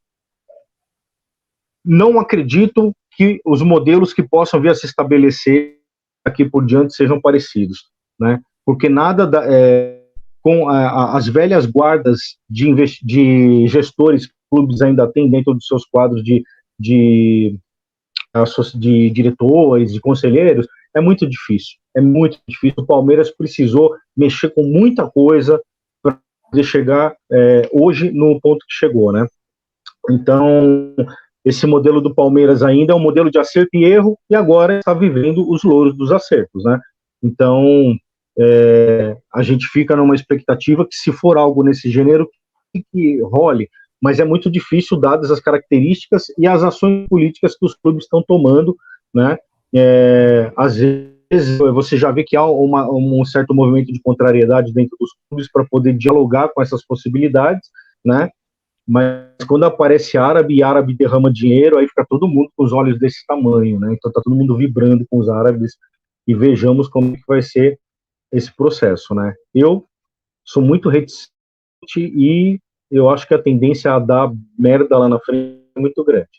não acredito que os modelos que possam vir a se estabelecer aqui por diante sejam parecidos, né? Porque nada da, é, com a, a, as velhas guardas de, de gestores que clubes ainda têm dentro dos seus quadros de, de, de diretores, de conselheiros, é muito difícil, é muito difícil. O Palmeiras precisou mexer com muita coisa para poder chegar é, hoje no ponto que chegou, né? Então, esse modelo do Palmeiras ainda é um modelo de acerto e erro, e agora está vivendo os louros dos acertos, né? Então, é, a gente fica numa expectativa que, se for algo nesse gênero, que, que role, mas é muito difícil, dadas as características e as ações políticas que os clubes estão tomando, né? É, às vezes, você já vê que há uma, um certo movimento de contrariedade dentro dos clubes para poder dialogar com essas possibilidades, né? Mas quando aparece árabe e árabe derrama dinheiro, aí fica todo mundo com os olhos desse tamanho, né? Então tá todo mundo vibrando com os árabes e vejamos como que vai ser esse processo, né? Eu sou muito reticente e eu acho que a tendência a dar merda lá na frente é muito grande.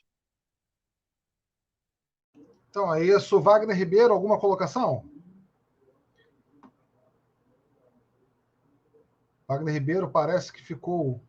Então é isso. Wagner Ribeiro, alguma colocação? Wagner Ribeiro parece que ficou...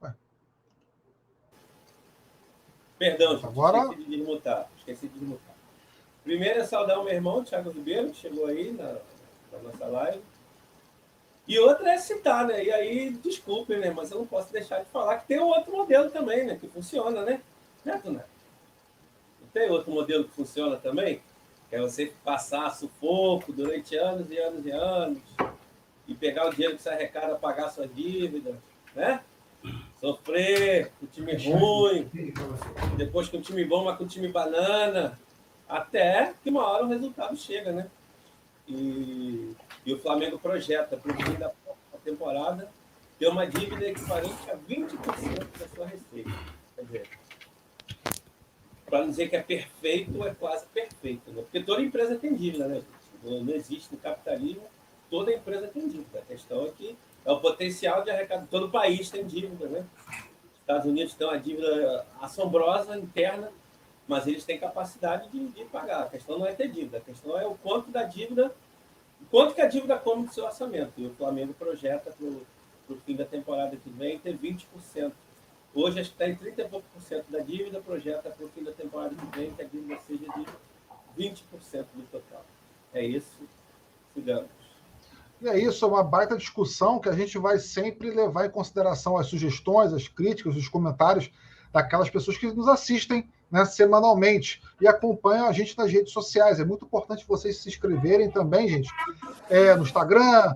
Perdão, gente, Agora... esqueci de desmutar. Esqueci de desmutar. Primeiro é saudar o meu irmão, Thiago Ribeiro, que chegou aí na, na nossa live. E outra é citar, né? E aí, desculpem, né? Mas eu não posso deixar de falar que tem um outro modelo também, né? Que funciona, né? Certo, né? Não tem outro modelo que funciona também? Que é você passar sufoco durante anos e anos e anos e pegar o dinheiro que você arrecada, pagar suas dívidas, né? Sofrer com time ruim, depois com time bom, mas com time banana, até que uma hora o resultado chega, né? E, e o Flamengo projeta para o fim da temporada ter uma dívida equivalente a vinte por cento da sua receita. Quer dizer, para não dizer que é perfeito, é quase perfeito, né? Porque toda empresa tem dívida, né, gente? Não, não existe no capitalismo, toda empresa tem dívida. A questão é que é o potencial de arrecadar. Todo país tem dívida, né? Os Estados Unidos têm uma dívida assombrosa, interna, mas eles têm capacidade de, de pagar. A questão não é ter dívida, a questão é o quanto da dívida, o quanto que a dívida come do seu orçamento. E o Flamengo projeta para o fim da temporada que vem ter vinte por cento. Hoje acho que está em trinta e pouco por cento da dívida, projeta para o fim da temporada que vem que a dívida seja de vinte por cento do total. É isso, sigamos. E é isso, é uma baita discussão que a gente vai sempre levar em consideração as sugestões, as críticas, os comentários daquelas pessoas que nos assistem, né, semanalmente e acompanham a gente nas redes sociais. É muito importante vocês se inscreverem também, gente, é, no Instagram,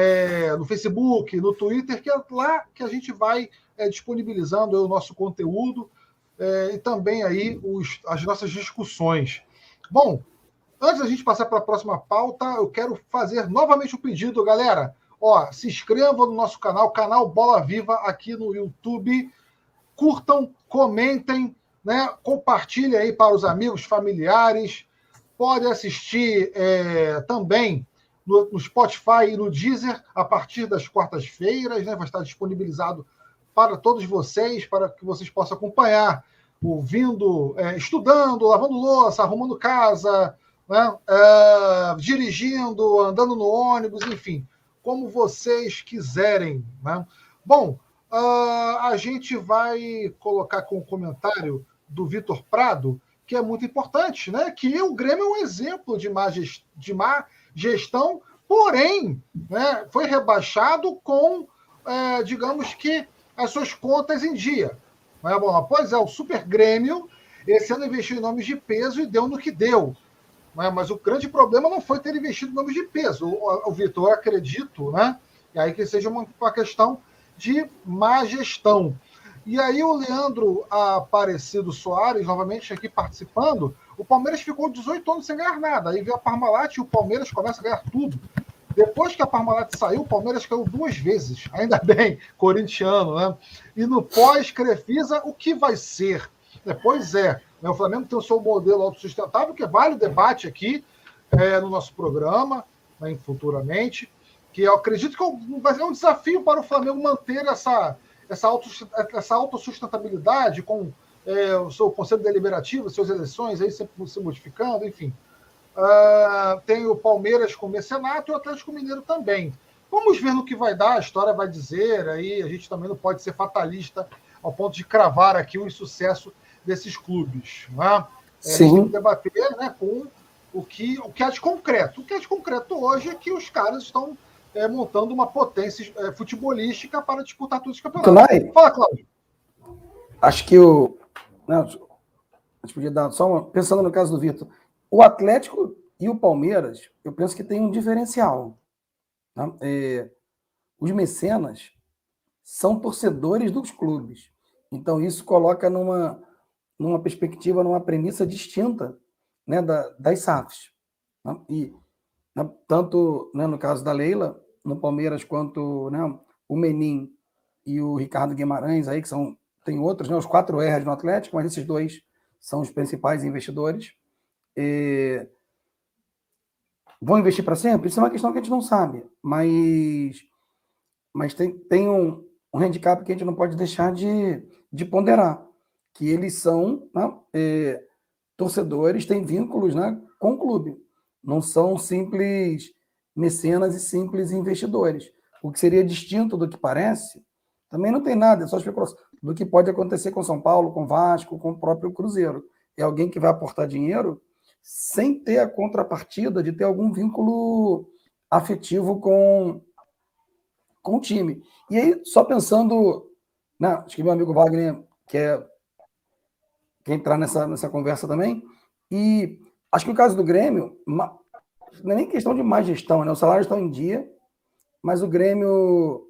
é, no Facebook, no Twitter, que é lá que a gente vai é, disponibilizando o nosso conteúdo é, e também aí os, as nossas discussões. Bom, antes da gente passar para a próxima pauta, eu quero fazer novamente o pedido, galera. Ó, se inscrevam no nosso canal, canal Bola Viva aqui no YouTube. Curtam, comentem, né? Compartilhem aí para os amigos, familiares. Pode assistir é, também no, no Spotify e no Deezer a partir das quartas-feiras, né? Vai estar disponibilizado para todos vocês, para que vocês possam acompanhar, ouvindo, é, estudando, lavando louça, arrumando casa, né? É, dirigindo, andando no ônibus, enfim, como vocês quiserem, né? Bom, uh, a gente vai colocar com o comentário do Vitor Prado, que é muito importante, né? Que o Grêmio é um exemplo de má, gest... de má gestão, porém, né, foi rebaixado com, é, digamos que, as suas contas em dia. Não é bom? Pois é, o Super Grêmio, esse ano investiu em nomes de peso e deu no que deu. Não é? Mas o grande problema não foi ter investido em nomes de peso. O, o Vitor, eu acredito, né? E aí que seja uma, uma questão de má gestão. E aí o Leandro Aparecido Soares, novamente aqui participando, o Palmeiras ficou dezoito anos sem ganhar nada. Aí veio a Parmalat e o Palmeiras começa a ganhar tudo. Depois que a Parmalat saiu, o Palmeiras caiu duas vezes. Ainda bem, corintiano, né? E no pós-Crefisa, o que vai ser? Pois é, né? O Flamengo tem o seu modelo autossustentável, que vale o debate aqui é, no nosso programa, né, futuramente, que eu acredito que vai ser um desafio para o Flamengo manter essa, essa, essa autossustentabilidade com é, o seu Conselho Deliberativo, suas eleições aí sempre se modificando, enfim. Uh, tem o Palmeiras com o Mecenato e o Atlético Mineiro também. Vamos ver no que vai dar, a história vai dizer, aí a gente também não pode ser fatalista ao ponto de cravar aqui o insucesso desses clubes. Né? É, a gente tem que debater, né, com o que, o que é de concreto. O que é de concreto hoje é que os caras estão é, montando uma potência é, futebolística para disputar todos os campeonatos. Tunay, Fala, Cláudio. Acho que o... Não, a gente podia dar só uma... Pensando no caso do Vitor, o Atlético e o Palmeiras, eu penso que tem um diferencial. Né? É, os mecenas são torcedores dos clubes. Então, isso coloca numa, numa perspectiva, numa premissa distinta, né, da, das S A Fs. Né? E, né, tanto, né, no caso da Leila, no Palmeiras, quanto, né, o Menin e o Ricardo Guimarães, aí, que são, tem outros, né, os quatro R's no Atlético, mas esses dois são os principais investidores. É, vão investir para sempre? Isso é uma questão que a gente não sabe, mas, mas tem, tem um, um handicap que a gente não pode deixar de, de ponderar, que eles são, né, é, torcedores, têm vínculos, né, com o clube, não são simples mecenas e simples investidores, o que seria distinto do que parece, também não tem nada, é só especulação, do que pode acontecer com São Paulo, com Vasco, com o próprio Cruzeiro. É alguém que vai aportar dinheiro sem ter a contrapartida de ter algum vínculo afetivo com, com o time. E aí, só pensando, né, acho que meu amigo Wagner quer, quer entrar nessa, nessa conversa também, e acho que o caso do Grêmio, não é nem questão de má gestão, né? Os salários estão em dia, mas o Grêmio...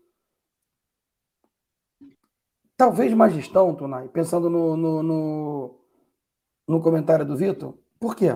Talvez má gestão, Tunay, pensando no, no, no, no comentário do Vitor, por quê?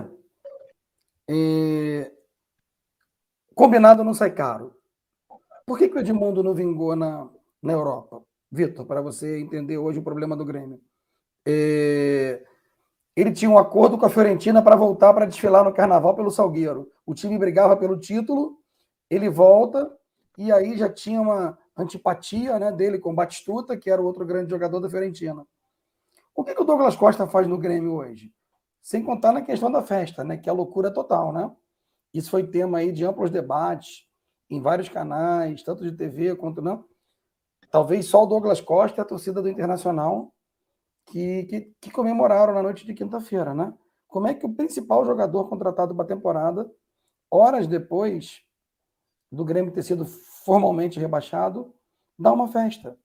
É... Combinado não sai caro. Por que, que o Edmundo não vingou na, na Europa? Vitor, para você entender hoje o problema do Grêmio. É... Ele tinha um acordo com a Fiorentina para voltar para desfilar no Carnaval pelo Salgueiro. O time brigava pelo título, ele volta, e aí já tinha uma antipatia, né, dele com o Batistuta, que era o outro grande jogador da Fiorentina. O que, que o Douglas Costa faz no Grêmio hoje? Sem contar na questão da festa, né, que é a loucura total, né? Isso foi tema aí de amplos debates em vários canais, tanto de T V quanto não. Talvez só o Douglas Costa e a torcida do Internacional que, que, que comemoraram na noite de quinta-feira, né? Como é que o principal jogador contratado para a temporada, horas depois do Grêmio ter sido formalmente rebaixado, dá uma festa?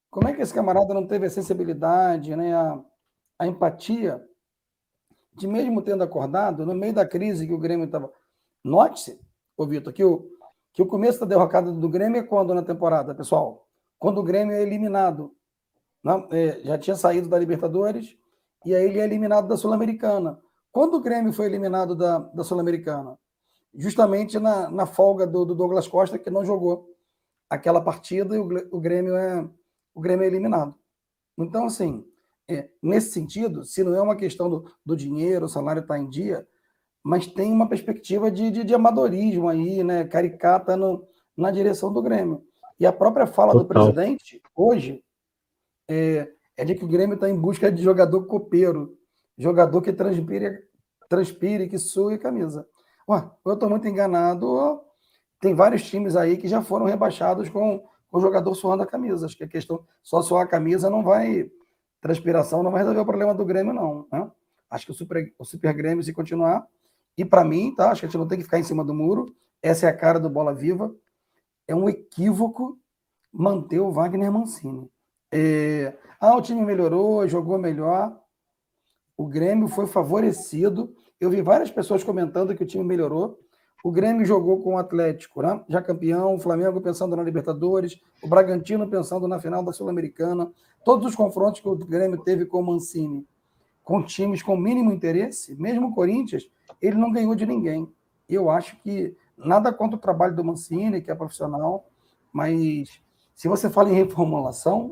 Como é que esse camarada não teve a sensibilidade, né, a, a empatia de, mesmo tendo acordado, no meio da crise que o Grêmio estava... Note-se, ô Vitor, que o, que o começo da derrocada do Grêmio é quando na temporada, pessoal? Quando o Grêmio é eliminado. Não, é, já tinha saído da Libertadores e aí ele é eliminado da Sul-Americana. Quando o Grêmio foi eliminado da, da Sul-Americana? Justamente na, na folga do, do Douglas Costa, que não jogou aquela partida e o, o, Grêmio, é, o Grêmio é eliminado. Então, assim, é, nesse sentido, se não é uma questão do, do dinheiro, o salário está em dia, mas tem uma perspectiva de, de, de amadorismo aí, né, caricata no, na direção do Grêmio. E a própria fala Total. do presidente, hoje, é, é de que o Grêmio está em busca de jogador copeiro, jogador que transpire, transpire que sue a camisa. Ué, eu estou muito enganado, tem vários times aí que já foram rebaixados com, com o jogador suando a camisa. Acho que a questão, só suar a camisa não vai, transpiração não vai resolver o problema do Grêmio, não. Né? Acho que o Super, o Super Grêmio, se continuar, e para mim, tá, acho que a gente não tem que ficar em cima do muro, essa é a cara do Bola Viva, é um equívoco manter o Wagner Mancini. É, ah, o time melhorou, jogou melhor, o Grêmio foi favorecido, eu vi várias pessoas comentando que o time melhorou, o Grêmio jogou com o Atlético, né? Já campeão, o Flamengo pensando na Libertadores, o Bragantino pensando na final da Sul-Americana, todos os confrontos que o Grêmio teve com o Mancini, com times com mínimo interesse, mesmo o Corinthians, ele não ganhou de ninguém. Eu acho que nada contra o trabalho do Mancini, que é profissional, mas se você fala em reformulação,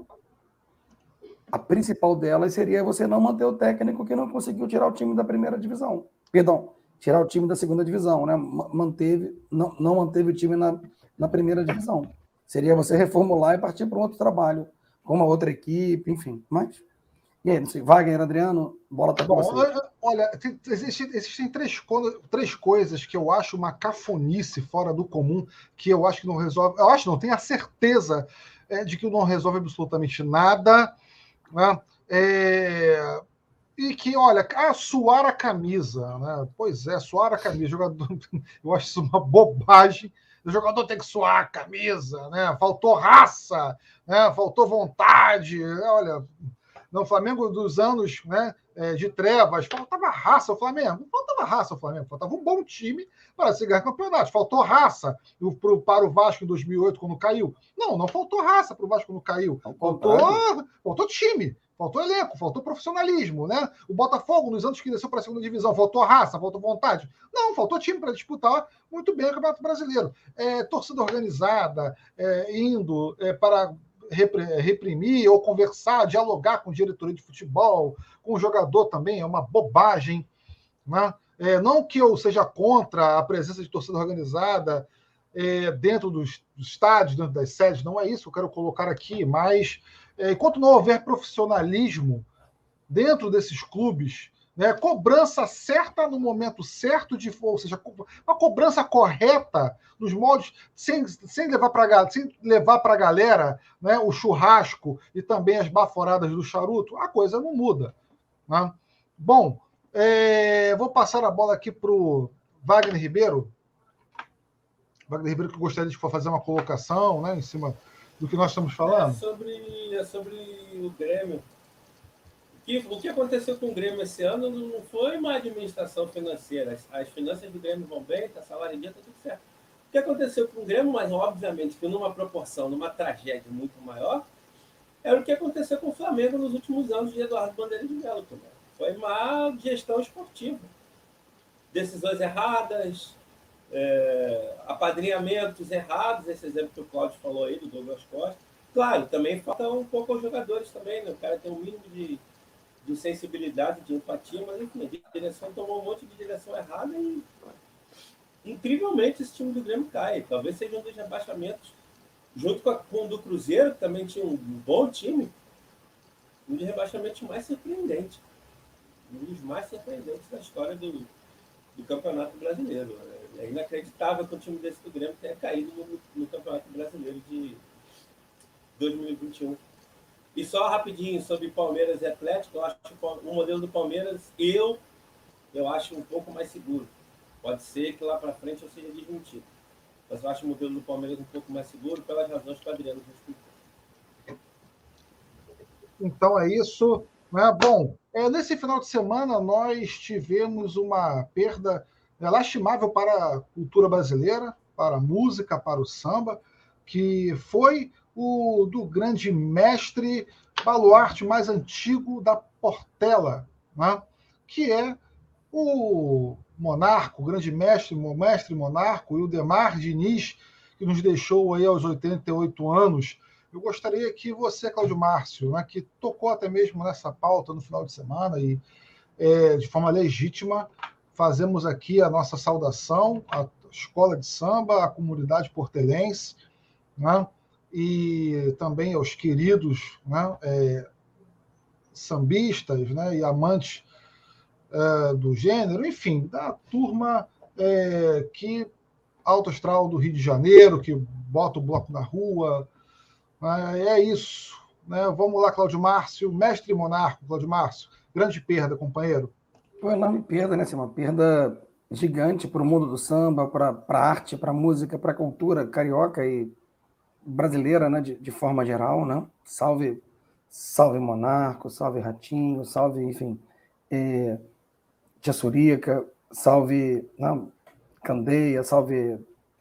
a principal delas seria você não manter o técnico que não conseguiu tirar o time da primeira divisão. Perdão, tirar o time da segunda divisão, né? Manteve, não, não manteve o time na, na primeira divisão. Seria você reformular e partir para um outro trabalho, com uma outra equipe, enfim. Mas, e aí, não sei, Wagner, Adriano, bola tá com Bom, vocês. olha, tem, existe, existem três, três coisas que eu acho uma cafonice fora do comum, que eu acho que não resolve. Eu acho não, tenho a certeza é, de que não resolve absolutamente nada. Né? É, e que, olha, ah, suar a camisa, né? Pois é, suar a camisa, jogador, eu acho isso uma bobagem. O jogador tem que suar a camisa, né? Faltou raça, né? Faltou vontade. Olha, no Flamengo dos anos, né, de trevas, faltava raça ao Flamengo. Não faltava raça ao Flamengo, faltava um bom time para se ganhar campeonato. Faltou raça para o Vasco em dois mil e oito, quando caiu. Não, não faltou raça para o Vasco quando caiu. Faltou, faltou time, faltou elenco, faltou profissionalismo. Né? O Botafogo, nos anos que desceu para a segunda divisão, faltou raça, faltou vontade. Não, faltou time para disputar muito bem o Campeonato Brasileiro. É, torcida organizada, é, indo é, para reprimir ou conversar, dialogar com o diretoria de futebol, com o jogador também, é uma bobagem. Né? É, não que eu seja contra a presença de torcida organizada é, dentro dos, dos estádios, dentro das sedes, não é isso que eu quero colocar aqui, mas é, enquanto não houver profissionalismo dentro desses clubes, né, cobrança certa no momento certo, de, ou seja, uma cobrança correta nos moldes, sem, sem levar para sem levar para a galera, né, o churrasco e também as baforadas do charuto, a coisa não muda. Né? Bom, é, vou passar a bola aqui para o Wagner Ribeiro. Wagner Ribeiro, que eu gostaria de fazer uma colocação, né, em cima do que nós estamos falando. É sobre, é sobre o Grêmio. O que aconteceu com o Grêmio esse ano não foi uma administração financeira. As, as finanças do Grêmio vão bem, está salário em dia, está tudo certo. O que aconteceu com o Grêmio, mas obviamente que numa proporção, numa tragédia muito maior, era o que aconteceu com o Flamengo nos últimos anos de Eduardo Bandeira de Melo também. Foi má gestão esportiva. Decisões erradas, é, apadrinhamentos errados, esse exemplo que o Cláudio falou aí, do Douglas Costa. Claro, também falta um pouco aos jogadores também, né? O cara tem um mínimo de de sensibilidade, de empatia, mas enfim, a direção tomou um monte de direção errada e incrivelmente esse time do Grêmio cai. Talvez seja um dos rebaixamentos, junto com, a, com o do Cruzeiro, que também tinha um bom time, um dos rebaixamentos mais surpreendentes. Um dos mais surpreendentes da história do, do Campeonato Brasileiro. É inacreditável que o time desse do Grêmio tenha caído no, no Campeonato Brasileiro de dois mil e vinte e um. E só rapidinho sobre Palmeiras e Atlético, eu acho que o modelo do Palmeiras, eu, eu acho um pouco mais seguro. Pode ser que lá para frente eu seja desmentido. Mas eu acho o modelo do Palmeiras um pouco mais seguro pelas razões que o Adriano explicou. Então é isso. Né? Bom, é, nesse final de semana nós tivemos uma perda é, lastimável para a cultura brasileira, para a música, para o samba, que foi o do grande mestre baluarte mais antigo da Portela, né? Que é o monarco, o grande mestre, o mestre monarco, Ildemar Diniz, que nos deixou aí aos oitenta e oito anos. Eu gostaria que você, Cláudio Márcio, né, que tocou até mesmo nessa pauta no final de semana e é, de forma legítima, fazemos aqui a nossa saudação à escola de samba, à comunidade portelense, né, e também aos queridos, né, é, sambistas, né, e amantes é, do gênero, enfim, da turma é, que alto astral do Rio de Janeiro, que bota o bloco na rua. Né, é isso. Né? Vamos lá, Cláudio Márcio, mestre monarco, Cláudio Márcio. Grande perda, companheiro. Foi uma enorme perda, né? Assim, uma perda gigante para o mundo do samba, para a arte, para a música, para a cultura carioca e brasileira, né? De, de forma geral, né? Salve, salve Monarco, salve Ratinho, salve, enfim, é, Tia Surica, salve né? Candeia, salve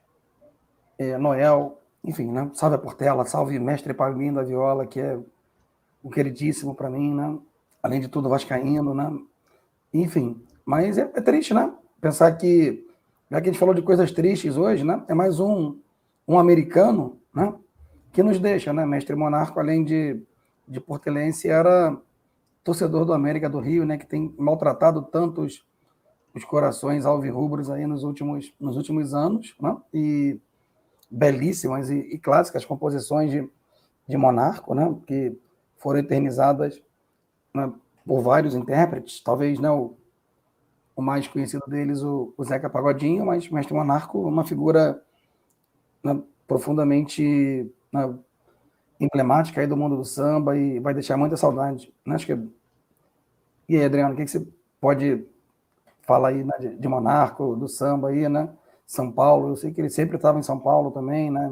é, Noel, enfim, né? Salve a Portela, salve Mestre Paulinho da Viola, que é o queridíssimo para mim, né? Além de tudo, vascaíno, né? Enfim, mas é, é triste, né? Pensar que, já que a gente falou de coisas tristes hoje, né? É mais um, um americano, né? Que nos deixa, né? Mestre Monarco, além de, de portelense, era torcedor do América do Rio, né? Que tem maltratado tantos os corações alvirrubros aí nos últimos, nos últimos anos, né? E belíssimas e, e clássicas composições de, de Monarco, né? Que foram eternizadas, né? Por vários intérpretes, talvez né, o, o mais conhecido deles, o, o Zeca Pagodinho, mas Mestre Monarco, uma figura né, profundamente né, emblemática aí do mundo do samba e vai deixar muita saudade. Né? Acho que... E aí, Adriano, o que, que você pode falar aí né, de, de Monarco, do samba aí, né? São Paulo, eu sei que ele sempre estava em São Paulo também, né?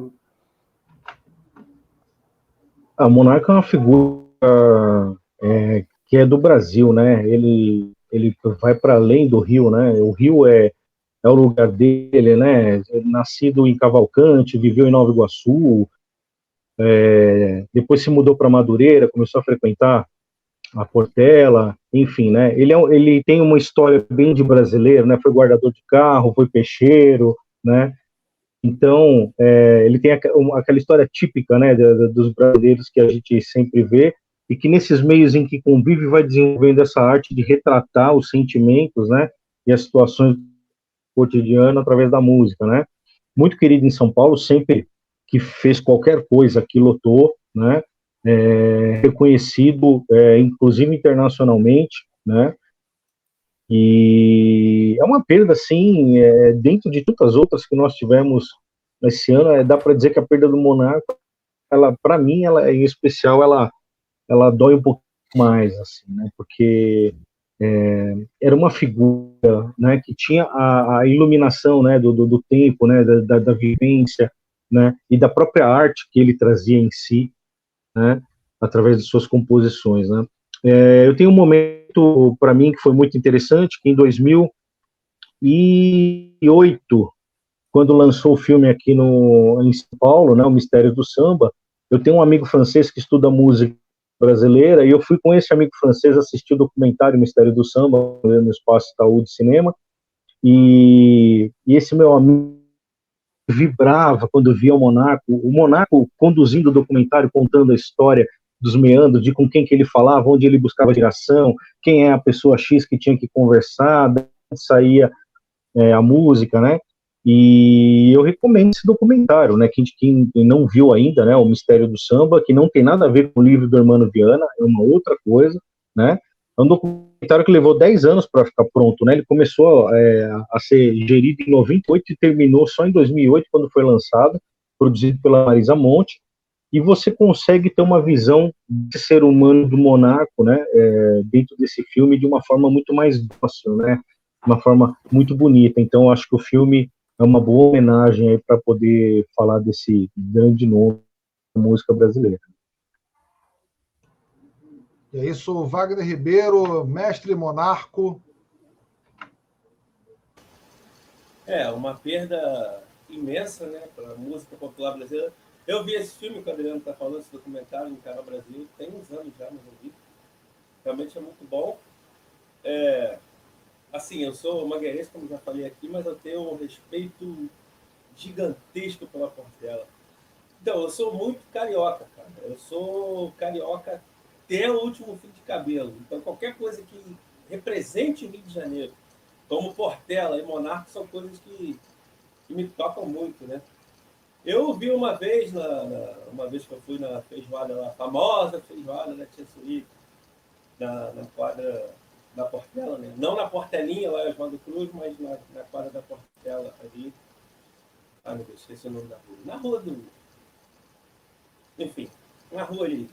A Monarca é uma figura é, que é do Brasil, né? Ele, ele vai para além do Rio, né? O Rio é, é o lugar dele, né? Nascido em Cavalcante, viveu em Nova Iguaçu, é, depois se mudou para Madureira, começou a frequentar a Portela, enfim, né? Ele, é, ele tem uma história bem de brasileiro, né? Foi guardador de carro, foi peixeiro, né? Então, é, ele tem aquela história típica, né, dos brasileiros que a gente sempre vê, e que nesses meios em que convive vai desenvolvendo essa arte de retratar os sentimentos, né, e as situações do cotidiano através da música, né. Muito querido em São Paulo, sempre que fez qualquer coisa que lotou, né, é, reconhecido, é, inclusive internacionalmente, né, e é uma perda, assim, é, dentro de tantas outras que nós tivemos esse ano, é, dá para dizer que a perda do Monarco, ela, para mim, ela, em especial, ela, ela dói um pouco mais, assim, né, porque é, era uma figura, né, que tinha a, a iluminação, né, do, do, do tempo, né, da, da, da vivência, né, e da própria arte que ele trazia em si, né, através de suas composições, né. É, eu tenho um momento, para mim, que foi muito interessante, que em dois mil e oito, quando lançou o filme aqui no, em São Paulo, né, O Mistério do Samba, eu tenho um amigo francês que estuda música brasileira, e eu fui com esse amigo francês assistir o documentário Mistério do Samba, no Espaço Itaú de Cinema, e, e esse meu amigo vibrava quando via o Monarco, o Monarco conduzindo o documentário, contando a história dos meandros, de com quem que ele falava, onde ele buscava direção, quem é a pessoa X que tinha que conversar, de onde saía é, a música, né? E eu recomendo esse documentário, né? Quem, quem não viu ainda, né? O Mistério do Samba, que não tem nada a ver com o livro do Hermano Viana, é uma outra coisa, né? É um documentário que levou dez anos para ficar pronto, né? Ele começou é, a ser gerido em noventa e oito e terminou só em dois mil e oito, quando foi lançado, produzido pela Marisa Monte, e você consegue ter uma visão de ser humano do Monarco, né, é, dentro desse filme de uma forma muito mais dócil, né, uma forma muito bonita. Então, acho que o filme é uma boa homenagem aí para poder falar desse grande nome da música brasileira. E é isso, Wagner Ribeiro, mestre monarco. É, uma perda imensa, né, para a música popular brasileira. Eu vi esse filme que o Adriano está falando, esse documentário em Canal Brasil, tem uns anos já, mas eu vi. Realmente é muito bom. É, assim, eu sou mangueirense, como já falei aqui, mas eu tenho um respeito gigantesco pela Portela. Então, eu sou muito carioca, cara. Eu sou carioca até o último fio de cabelo. Então, qualquer coisa que represente o Rio de Janeiro, como Portela e Monarca, são coisas que, que me tocam muito, né? Eu vi uma vez, na, na, uma vez que eu fui na feijoada, lá, famosa feijoada da Tia Suíte, na, na quadra da Portela, né? Não na Portelinha, lá em Oswaldo Cruz, mas na, na quadra da Portela, ali. Ah, meu Deus, esqueci o nome da rua. Na rua do... Enfim, na rua ali.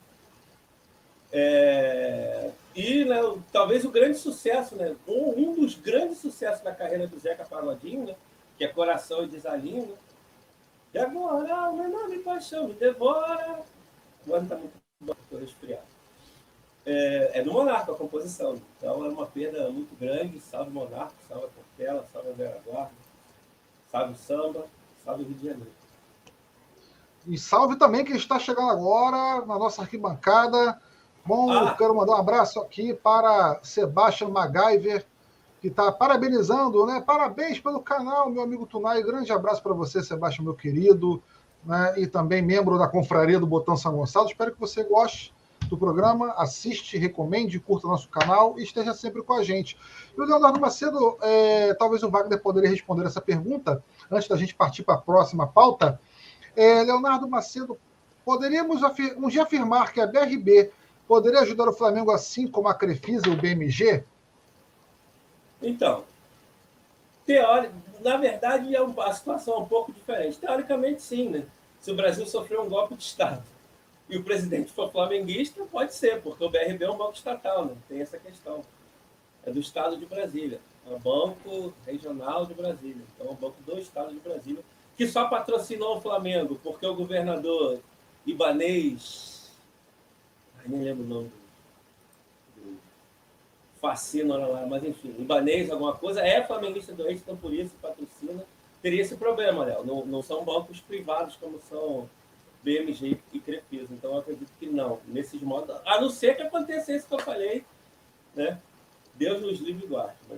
É... E né, talvez o grande sucesso, né? Um, um dos grandes sucessos da carreira do Zeca Pagodinho, né? Que é Coração e Desalinho, né? E agora, o meu nome paixão me devora. Agora não está muito bom, estou resfriado. É, é do Monarca a composição. Então é uma perda muito grande. Salve Monarca, salve a Portela, salve a Vera Guarda, salve o samba, salve o Rio de Janeiro. E salve também quem está chegando agora na nossa arquibancada. Bom, ah. quero mandar um abraço aqui para Sebastian MacGyver, que está parabenizando, né? Parabéns pelo canal, meu amigo Tunay. Grande abraço para você, Sebastião, meu querido, né? E também membro da confraria do Botão São Gonçalo. Espero que você goste do programa, assiste, recomende, curta nosso canal e esteja sempre com a gente. E o Leonardo Macedo, é, talvez o Wagner poderia responder essa pergunta, antes da gente partir para a próxima pauta. É, Leonardo Macedo, poderíamos afir- um dia afirmar que a B R B poderia ajudar o Flamengo assim como a Crefisa e o B M G? Então, teórico, na verdade, é uma situação um pouco diferente. Teoricamente, sim, né? Se o Brasil sofreu um golpe de Estado e o presidente for flamenguista, pode ser, porque o B R B é um banco estatal, né? Tem essa questão. É do Estado de Brasília. É o Banco Regional de Brasília. Então, é o Banco do Estado de Brasília, que só patrocinou o Flamengo, porque o governador ibanês... Ai, nem lembro o nome do... do Facino lá, mas enfim, ibanês, alguma coisa, é flamenguista doente, então por isso patrocina. Teria esse problema, Léo. Não, não são bancos privados como são B M G e Crefisa. Então eu acredito que não, nesses modos, a não ser que aconteça isso que eu falei, né? Deus nos livre e guarde, mas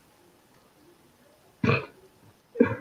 enfim.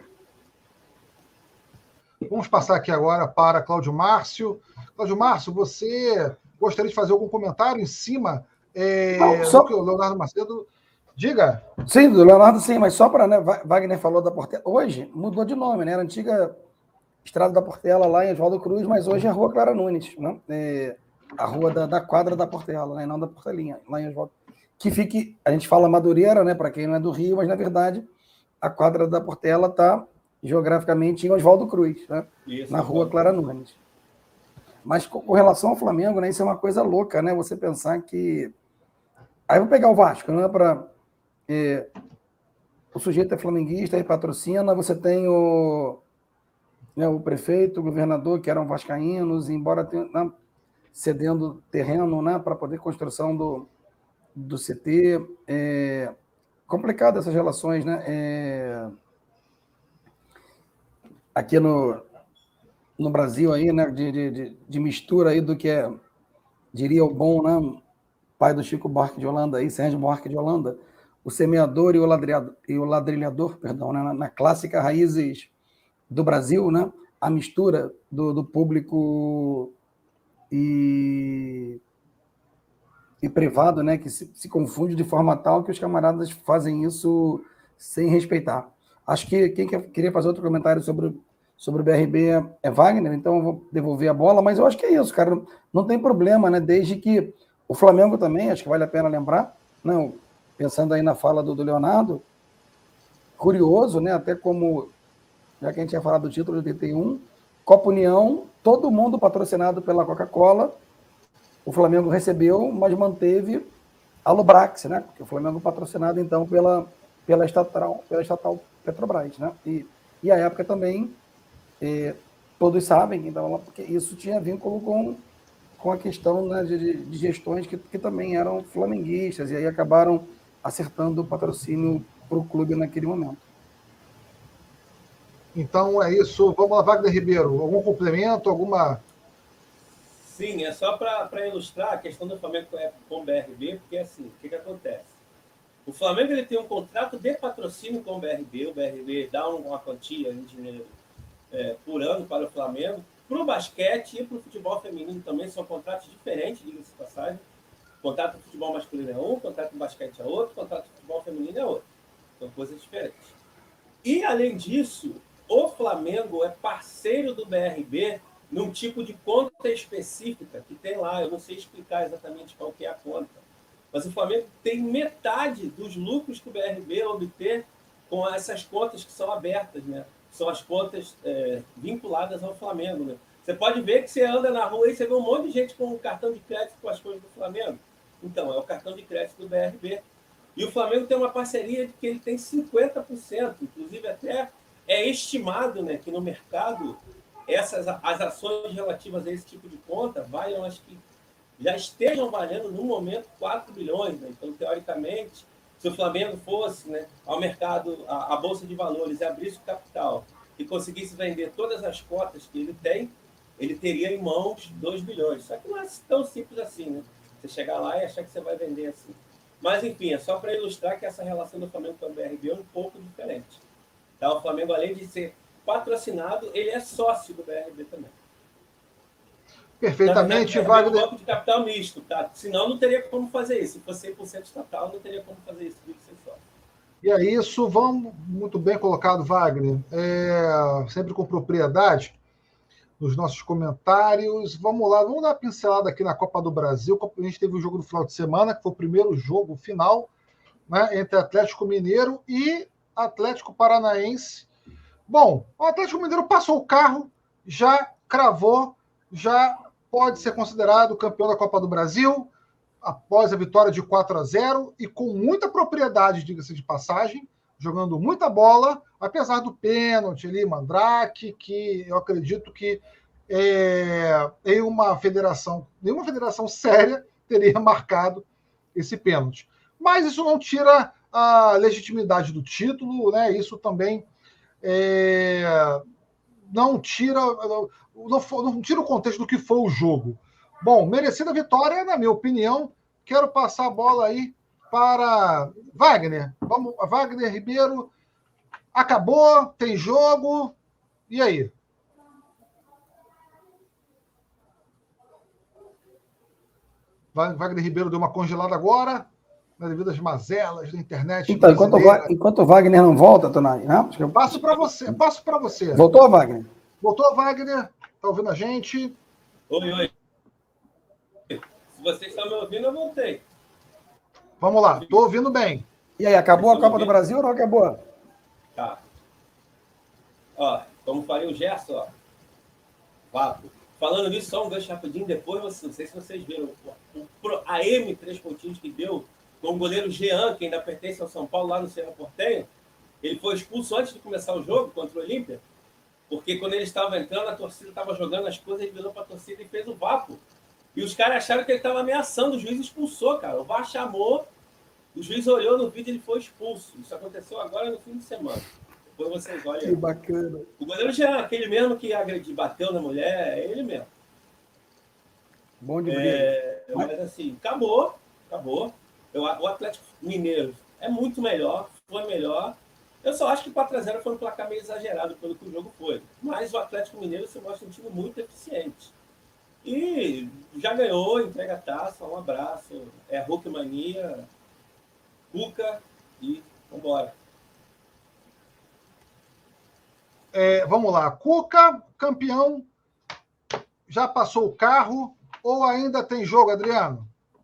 Vamos passar aqui agora para Cláudio Márcio. Cláudio Márcio, você gostaria de fazer algum comentário em cima é, não, só... do que o Leonardo Macedo... Diga. Sim, do Leonardo, sim, mas só para, né, Wagner falou da Portela. Hoje mudou de nome, né? Era a antiga Estrada da Portela lá em Oswaldo Cruz, mas hoje é a Rua Clara Nunes, né? É a rua da, da quadra da Portela, né? Não da Portelinha, lá em Oswaldo. Que fique, a gente fala Madureira, né? Para quem não é do Rio, mas na verdade a quadra da Portela está geograficamente em Oswaldo Cruz, né? Isso, na Rua Clara Nunes. Mas com relação ao Flamengo, né? Isso é uma coisa louca, né? Você pensar que... Aí eu vou pegar o Vasco, né? Para... É, o sujeito é flamenguista e patrocina, você tem o, né, o prefeito, o governador, que eram vascaínos, embora tenha, né, cedendo terreno, né, para poder construção do, do C T. É complicado essas relações, né? É, aqui no, no Brasil, aí, né, de, de, de mistura aí do que é, diria o bom, né, pai do Chico Buarque de Holanda, aí, Sérgio Buarque de Holanda, o semeador e o ladrilhador, e o ladrilhador perdão, né, na, na clássica Raízes do Brasil, né, a mistura do, do público e, e privado, né, que se, se confunde de forma tal que os camaradas fazem isso sem respeitar. Acho que quem queria fazer outro comentário sobre, sobre o B R B é, é Wagner, então eu vou devolver a bola, mas eu acho que é isso, cara, não, não tem problema, né, desde que o Flamengo também, acho que vale a pena lembrar, não, pensando aí na fala do, do Leonardo, curioso, né? Até como, já que a gente tinha falado do título de oitenta e um, Copa União, todo mundo patrocinado pela Coca-Cola, o Flamengo recebeu, mas manteve a Lubrax, né? Porque o Flamengo patrocinado, então, pela, pela, estatal, pela estatal Petrobras, né? E, e a época também, eh, todos sabem, então, porque isso tinha vínculo com com a questão, né, de, de gestões que, que também eram flamenguistas, e aí acabaram acertando o patrocínio para o clube naquele momento. Então é isso. Vamos lá, Wagner Ribeiro. Algum complemento, alguma... Sim, é só para ilustrar a questão do Flamengo com o B R B, porque assim, o que, que acontece? O Flamengo ele tem um contrato de patrocínio com o B R B, o B R B dá uma quantia em dinheiro é, por ano para o Flamengo. Para o basquete e para o futebol feminino também são contratos diferentes, diga-se de passagem. O contrato do futebol masculino é um, o contrato do basquete é outro, o contrato do futebol feminino é outro. São coisas diferentes. E, além disso, o Flamengo é parceiro do B R B num tipo de conta específica que tem lá. Eu não sei explicar exatamente qual que é a conta. Mas o Flamengo tem metade dos lucros que o B R B obter com essas contas que são abertas, né? São as contas é, vinculadas ao Flamengo, né? Você pode ver que você anda na rua e você vê um monte de gente com um cartão de crédito com as coisas do Flamengo. Então, é o cartão de crédito do B R B. E o Flamengo tem uma parceria de que ele tem cinquenta por cento, inclusive até é estimado, né, que no mercado essas, as ações relativas a esse tipo de conta valham, acho que já estejam valendo no momento quatro bilhões. Né? Então, teoricamente, se o Flamengo fosse, né, ao mercado, a, a Bolsa de Valores, e abrisse o capital e conseguisse vender todas as cotas que ele tem, ele teria em mãos dois bilhões. Só que não é tão simples assim, né? Você chegar lá e achar que você vai vender assim. Mas, enfim, é só para ilustrar que essa relação do Flamengo com o B R B é um pouco diferente. Tá? O Flamengo, além de ser patrocinado, ele é sócio do B R B também. Perfeitamente, Wagner. Wagner. É um banco de capital misto, tá? Senão não teria como fazer isso. Se fosse cem por cento estatal, não teria como fazer isso. E é isso, vamos, muito bem colocado, Wagner. É, sempre com propriedade nos nossos comentários. Vamos lá, vamos dar uma pincelada aqui na Copa do Brasil. A gente teve o jogo do final de semana, que foi o primeiro jogo final, né, entre Atlético Mineiro e Atlético Paranaense. Bom, o Atlético Mineiro passou o carro, já cravou, já pode ser considerado campeão da Copa do Brasil, após a vitória de quatro a zero, e com muita propriedade, diga-se de passagem, jogando muita bola, apesar do pênalti ali, Mandrake, que eu acredito que é, em uma federação, nenhuma federação séria teria marcado esse pênalti. Mas isso não tira a legitimidade do título, né? Isso também é, não tira não, não tira o contexto do que foi o jogo. Bom, merecida vitória, na minha opinião. Quero passar a bola aí para Wagner. Vamos, Wagner Ribeiro. Acabou, tem jogo. E aí? Wagner Ribeiro deu uma congelada agora, devido às mazelas da internet. Então, enquanto, enquanto o Wagner não volta, Tonai, né? Eu passo para você, passo para você. Voltou, Wagner? Voltou, Wagner? Está ouvindo a gente? Oi, oi. Se vocês estão me ouvindo, eu voltei. Vamos lá, estou ouvindo bem. E aí, acabou a Copa do Brasil ou não acabou? Tá. Ó, como faria o Gerson, ó. Vapo. Falando nisso, só um gancho rapidinho, depois, não sei se vocês viram, a M três pontinhos que deu com o goleiro Jean, que ainda pertence ao São Paulo, lá no Cerro Porteño, ele foi expulso antes de começar o jogo contra o Olímpia, porque quando ele estava entrando, a torcida estava jogando as coisas, ele virou para a torcida e fez o vapo. E os caras acharam que ele estava ameaçando, o juiz expulsou, cara. O V A R chamou, o juiz olhou no vídeo e ele foi expulso. Isso aconteceu agora no fim de semana. Depois vocês olham. Que bacana. O goleiro Jean, aquele mesmo que agrediu, bateu na mulher, é ele mesmo. Bom de é, Mas assim, acabou, acabou. Eu, o Atlético Mineiro é muito melhor, foi melhor. Eu só acho que quatro a zero foi um placar meio exagerado pelo que o jogo foi. Mas o Atlético Mineiro se mostra um time muito eficiente. E já ganhou, entrega a taça, um abraço. É Hulk Mania, Cuca e vambora. É, vamos lá, Cuca, campeão, já passou o carro ou ainda tem jogo, Adriano?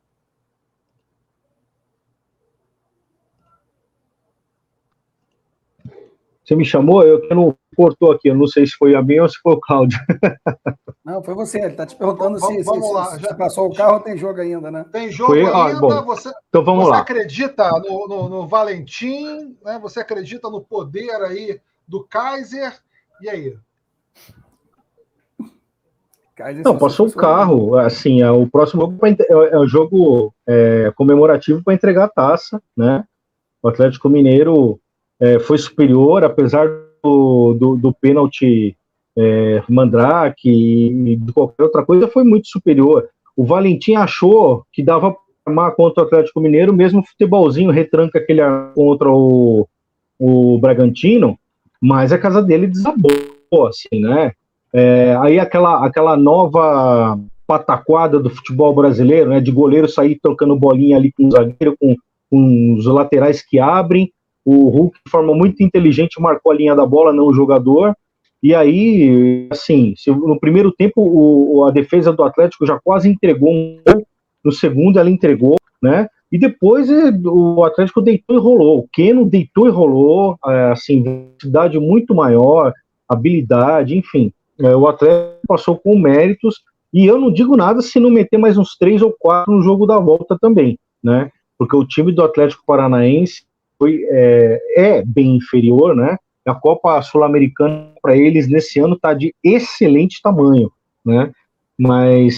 Você me chamou? Eu não cortou aqui, eu não sei se foi a minha ou se foi o Cláudio. Não, foi você, ele está te perguntando vamos, se, vamos se, lá. se, Já... se passou o carro ou tem jogo ainda, né? Tem jogo foi... ainda, ah, bom. você, então vamos você lá. acredita no, no, no Valentim, né? Você acredita no poder aí do Kaiser, e aí? Não, passou o carro. Assim, é, o próximo jogo pra, é, é o jogo é, comemorativo para entregar a taça, né? O Atlético Mineiro é, foi superior, apesar do, do, do pênalti é, Mandrake e de qualquer outra coisa, foi muito superior. O Valentim achou que dava para armar contra o Atlético Mineiro, mesmo o futebolzinho retranca aquele contra o, o Bragantino, mas a casa dele desabou, assim, né? É, aí aquela, aquela nova pataquada do futebol brasileiro, né, de goleiro sair trocando bolinha ali com o zagueiro, com, com os laterais que abrem, o Hulk de forma muito inteligente marcou a linha da bola, não o jogador, e aí, assim, se, no primeiro tempo o, a defesa do Atlético já quase entregou um gol, no segundo ela entregou, né, e depois o Atlético deitou e rolou, o Keno deitou e rolou, assim, velocidade muito maior, habilidade, enfim. O Atlético passou com méritos, e eu não digo nada se não meter mais uns três ou quatro no jogo da volta também, né? Porque o time do Atlético Paranaense foi, é, é bem inferior, né? A Copa Sul-Americana para eles nesse ano está de excelente tamanho, né? Mas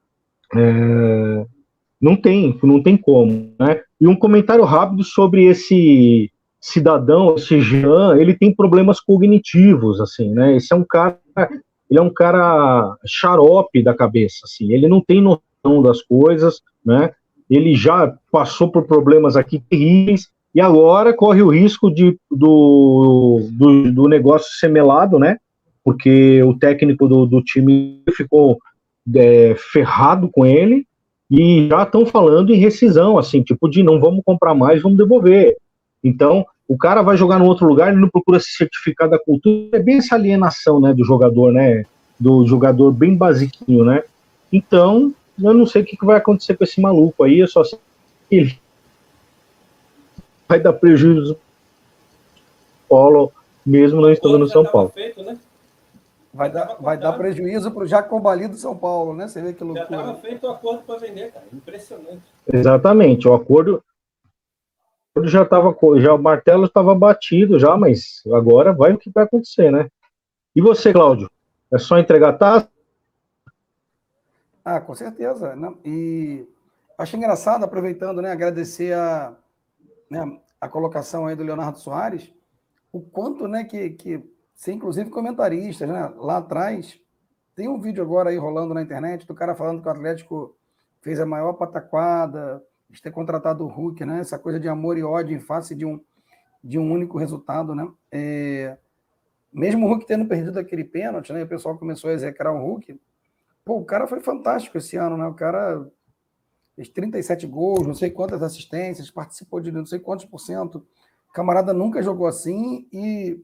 é, não tem, não tem como, né? E um comentário rápido sobre esse cidadão, esse Jean, ele tem problemas cognitivos, assim, né? Esse é um cara, ele é um cara xarope da cabeça, assim, ele não tem noção das coisas, né? Ele já passou por problemas aqui terríveis e agora corre o risco de, do, do, do negócio ser melado, né? Porque o técnico do, do time ficou é, ferrado com ele e já estão falando em rescisão, assim, tipo de não vamos comprar mais, vamos devolver. Então, o cara vai jogar em outro lugar, ele não procura se certificar da cultura, é bem essa alienação, né, do jogador, né, do jogador bem basiquinho, né. Então, eu não sei o que vai acontecer com esse maluco aí, eu só sei que ele vai dar prejuízo ao Paulo, mesmo não estando no São Paulo. Feito, né? Vai dar, vai dar prejuízo para o Jacobali do São Paulo, né? Você vê que loucura. Já estava feito o acordo para vender, cara. Impressionante. Exatamente, o acordo já estava, já o martelo estava batido já, mas agora vai o que vai acontecer, né? E você, Cláudio? É só entregar a taça? Ah, com certeza. Né? E acho engraçado, aproveitando, né, agradecer a, né, a colocação aí do Leonardo Soares, o quanto, né, que, que ser inclusive comentaristas, né? Lá atrás, tem um vídeo agora aí rolando na internet do cara falando que o Atlético fez a maior pataquada de ter contratado o Hulk, né? Essa coisa de amor e ódio em face de um, de um único resultado, né? É, mesmo o Hulk tendo perdido aquele pênalti, né? O pessoal começou a execrar o Hulk. Pô, o cara foi fantástico esse ano, né? O cara fez trinta e sete gols, não sei quantas assistências, participou de não sei quantos por cento. O camarada nunca jogou assim e,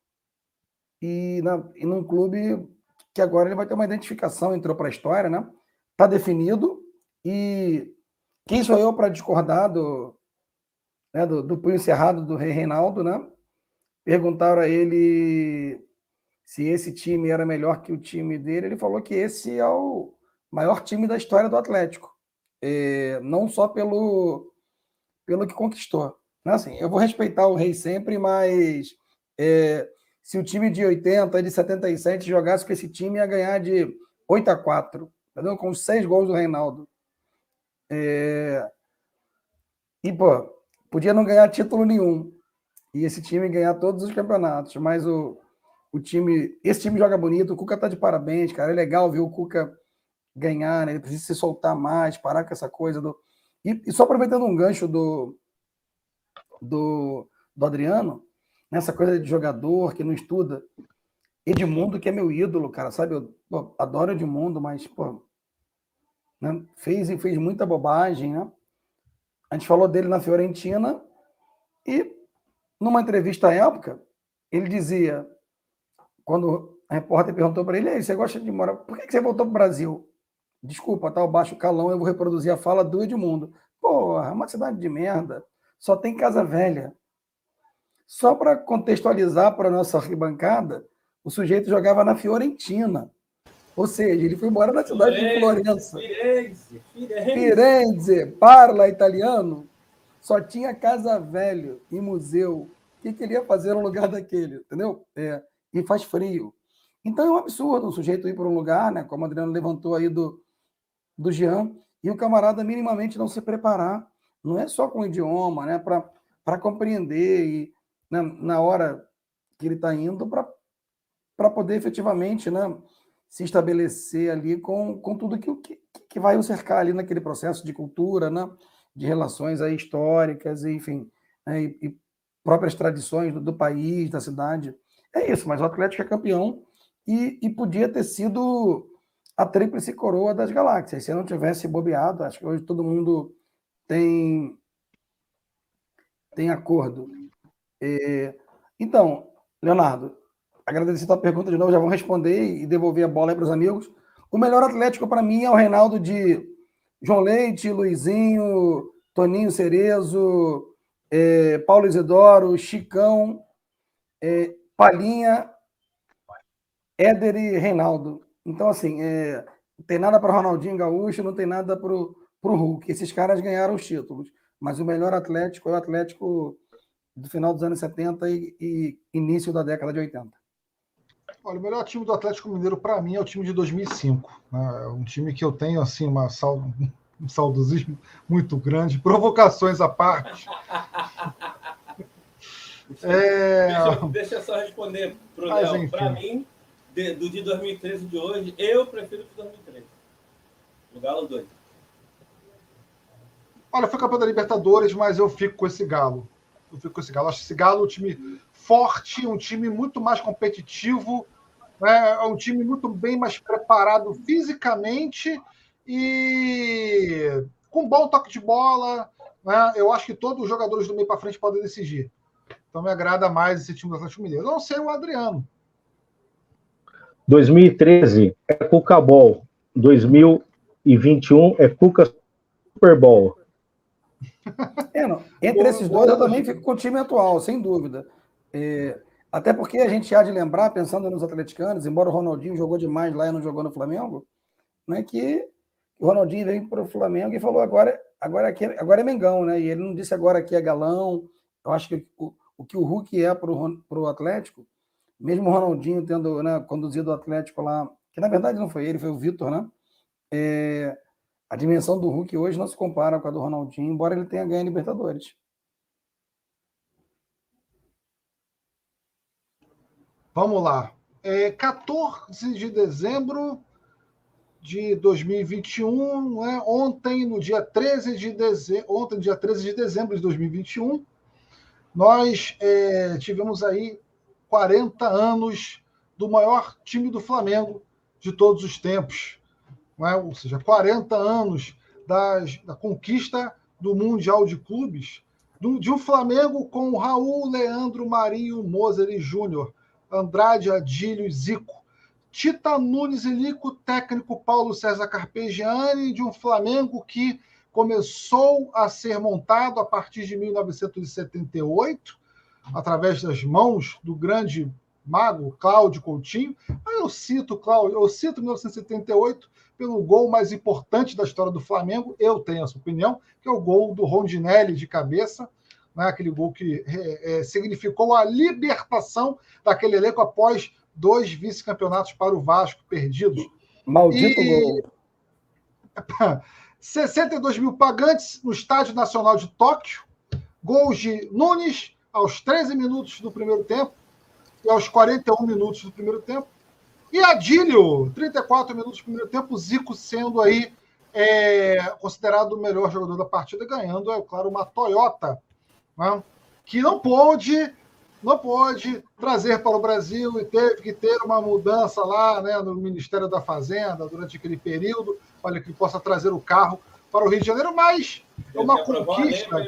e, na, e num clube que agora ele vai ter uma identificação, entrou para a história, né? Tá definido e quem sou eu para discordar do, né, do, do punho cerrado do Rei Reinaldo, né? Perguntaram a ele se esse time era melhor que o time dele. Ele falou que esse é o maior time da história do Atlético. É, não só pelo, pelo que conquistou. Assim, eu vou respeitar o Rei sempre, mas é, se o time de oitenta, de setenta e sete jogasse com esse time, ia ganhar de oito a quatro, entendeu? Com os seis gols do Reinaldo. É... E, pô, podia não ganhar título nenhum. E esse time ganhar todos os campeonatos. Mas o, o time... Esse time joga bonito. O Cuca tá de parabéns, cara. É legal ver o Cuca ganhar, né? Ele precisa se soltar mais, parar com essa coisa do... E, e só aproveitando um gancho do, do, do Adriano, nessa coisa de jogador que não estuda. Edmundo, que é meu ídolo, cara, sabe? Eu pô, adoro Edmundo, mas, pô... Né? Fez e fez muita bobagem, né? A gente falou dele na Fiorentina e numa entrevista à época ele dizia, quando a repórter perguntou para ele, você gosta de morar, por que você voltou para o Brasil? Desculpa, tá, o baixo calão, eu vou reproduzir a fala do Edmundo. Porra, é uma cidade de merda, só tem casa velha. Só para contextualizar para a nossa arquibancada, o sujeito jogava na Fiorentina. Ou seja, ele foi embora da cidade Firenze, de Florença. Firenze, Firenze. Firenze, parla italiano. Só tinha casa velho e museu. O que, que ele ia fazer no lugar daquele? Entendeu? É, e faz frio. Então é um absurdo um sujeito ir para um lugar, né, como o Adriano levantou aí do, do Jean, e o camarada minimamente não se preparar, não é só com o idioma, né, para compreender e né, na hora que ele está indo para poder efetivamente, né, se estabelecer ali com, com tudo que, que, que vai o cercar ali naquele processo de cultura, né, de relações aí históricas, enfim, né, e, e próprias tradições do, do país, da cidade. É isso, mas o Atlético é campeão e, e podia ter sido a tríplice coroa das galáxias. Se eu não tivesse bobeado, acho que hoje todo mundo tem, tem acordo. É, então, Leonardo, agradecer a tua pergunta de novo, já vão responder e devolver a bola aí para os amigos. O melhor Atlético para mim é o Reinaldo de João Leite, Luizinho, Toninho Cerezo, é, Paulo Isidoro, Chicão, é, Palinha, Éder e Reinaldo. Então, assim, é, não tem nada para Ronaldinho Gaúcho, não tem nada para o Hulk. Esses caras ganharam os títulos. Mas o melhor Atlético é o Atlético do final dos anos setenta e, e início da década de oitenta. Olha, o melhor time do Atlético Mineiro, para mim, é o time de dois mil e cinco. Né? É um time que eu tenho assim, uma sal... um saudosismo muito grande, provocações à parte. É... Deixa, deixa eu só responder para o Léo. Para mim, de, do de dois mil e treze de hoje, eu prefiro o de dois mil e treze. O Galo dois. Olha, foi campeão da Libertadores, mas eu fico com esse Galo. Eu fico com esse Galo. Acho esse Galo um time forte, um time muito mais competitivo, né? É um time muito bem mais preparado fisicamente e com bom toque de bola. Né? Eu acho que todos os jogadores do meio para frente podem decidir. Então me agrada mais esse time do Atlético Mineiro. Eu não sei o Adriano. dois mil e treze é Cuca Ball. dois mil e vinte e um é Cuca Super Bowl. É, não. Entre boa, esses dois, boa, eu também fico com o time atual, sem dúvida. É, até porque a gente há de lembrar, pensando nos atleticanos, embora o Ronaldinho jogou demais lá e não jogou no Flamengo, né, que o Ronaldinho veio para o Flamengo e falou agora, agora, aqui, agora é Mengão, né? E ele não disse agora que é galão. Eu acho que o, o que o Hulk é para o Atlético, mesmo o Ronaldinho tendo, né, conduzido o Atlético lá, que na verdade não foi ele, foi o Vitor, né? É, a dimensão do Hulk hoje não se compara com a do Ronaldinho, embora ele tenha ganho a Libertadores. Vamos lá. É quatorze de dezembro de dois mil e vinte e um, né? Ontem, no dia treze de dezembro, ontem, dia treze de dezembro de dois mil e vinte e um, nós é, tivemos aí quarenta anos do maior time do Flamengo de todos os tempos. Não é? Ou seja, quarenta anos das, da conquista do Mundial de Clubes, do, de um Flamengo com Raul, Leandro, Marinho, Moser e Júnior, Andrade, Adílio e Zico, Tita, Nunes e Lico, técnico Paulo César Carpegiani, de um Flamengo que começou a ser montado a partir de mil novecentos e setenta e oito, através das mãos do grande mago Cláudio Coutinho. Eu cito, Cláudio, eu cito mil novecentos e setenta e oito pelo gol mais importante da história do Flamengo, eu tenho essa opinião, que é o gol do Rondinelli de cabeça, né? Aquele gol que é, é, significou a libertação daquele elenco após dois vice-campeonatos para o Vasco perdidos. Maldito e... gol. sessenta e dois mil pagantes no Estádio Nacional de Tóquio, gols de Nunes aos treze minutos do primeiro tempo e aos quarenta e um minutos do primeiro tempo, e Adílio, trinta e quatro minutos do primeiro tempo, Zico sendo aí é, considerado o melhor jogador da partida, ganhando, é claro, uma Toyota, né, que não pôde, não pôde trazer para o Brasil e teve que ter uma mudança lá, né, no Ministério da Fazenda durante aquele período, para que possa trazer o carro para o Rio de Janeiro, mas é uma conquista,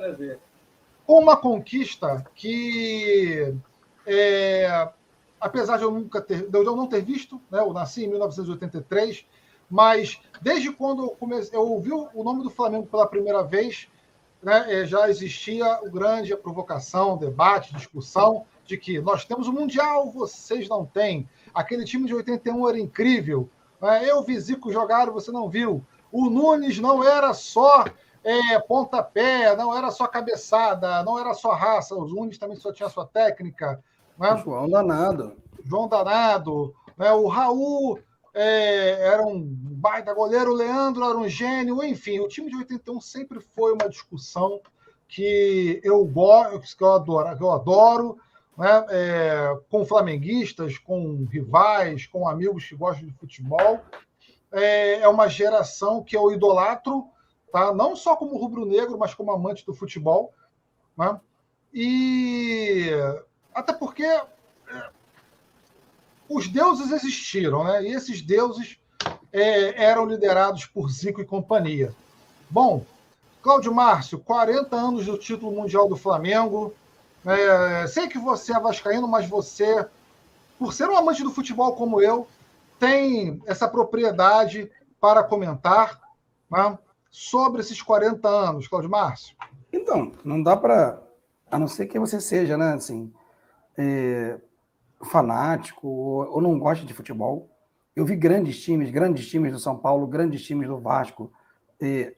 uma conquista que é, apesar de eu nunca ter, de eu não ter visto, né, eu nasci em mil novecentos e oitenta e três, mas desde quando eu, comecei, eu ouvi o nome do Flamengo pela primeira vez, né, já existia o grande a provocação, debate, discussão de que nós temos o Mundial, vocês não têm. Aquele time de oitenta e um era incrível. Né, eu vi Zico jogar, você não viu. O Nunes não era só é, pontapé, não era só cabeçada, não era só raça. O Nunes também só tinha sua técnica. Né? João Danado. João Danado. né? O Raul é, era um baita goleiro, o Leandro era um gênio, enfim, o time de oitenta e um sempre foi uma discussão que eu gosto, que eu adoro, que eu adoro, né? É, com flamenguistas, com rivais, com amigos que gostam de futebol. É, é uma geração que eu idolatro, tá? Não só como rubro-negro, mas como amante do futebol, né? E até porque é, os deuses existiram, né? E esses deuses é, eram liderados por Zico e companhia. Bom, Cláudio Márcio, quarenta anos do título mundial do Flamengo. É, sei que você é vascaíno, mas você, por ser um amante do futebol como eu, tem essa propriedade para comentar, né, sobre esses quarenta anos, Cláudio Márcio. Então, não dá para, a não ser que você seja, né, assim, é, fanático ou, ou não goste de futebol. Eu vi grandes times, grandes times do São Paulo, grandes times do Vasco, é,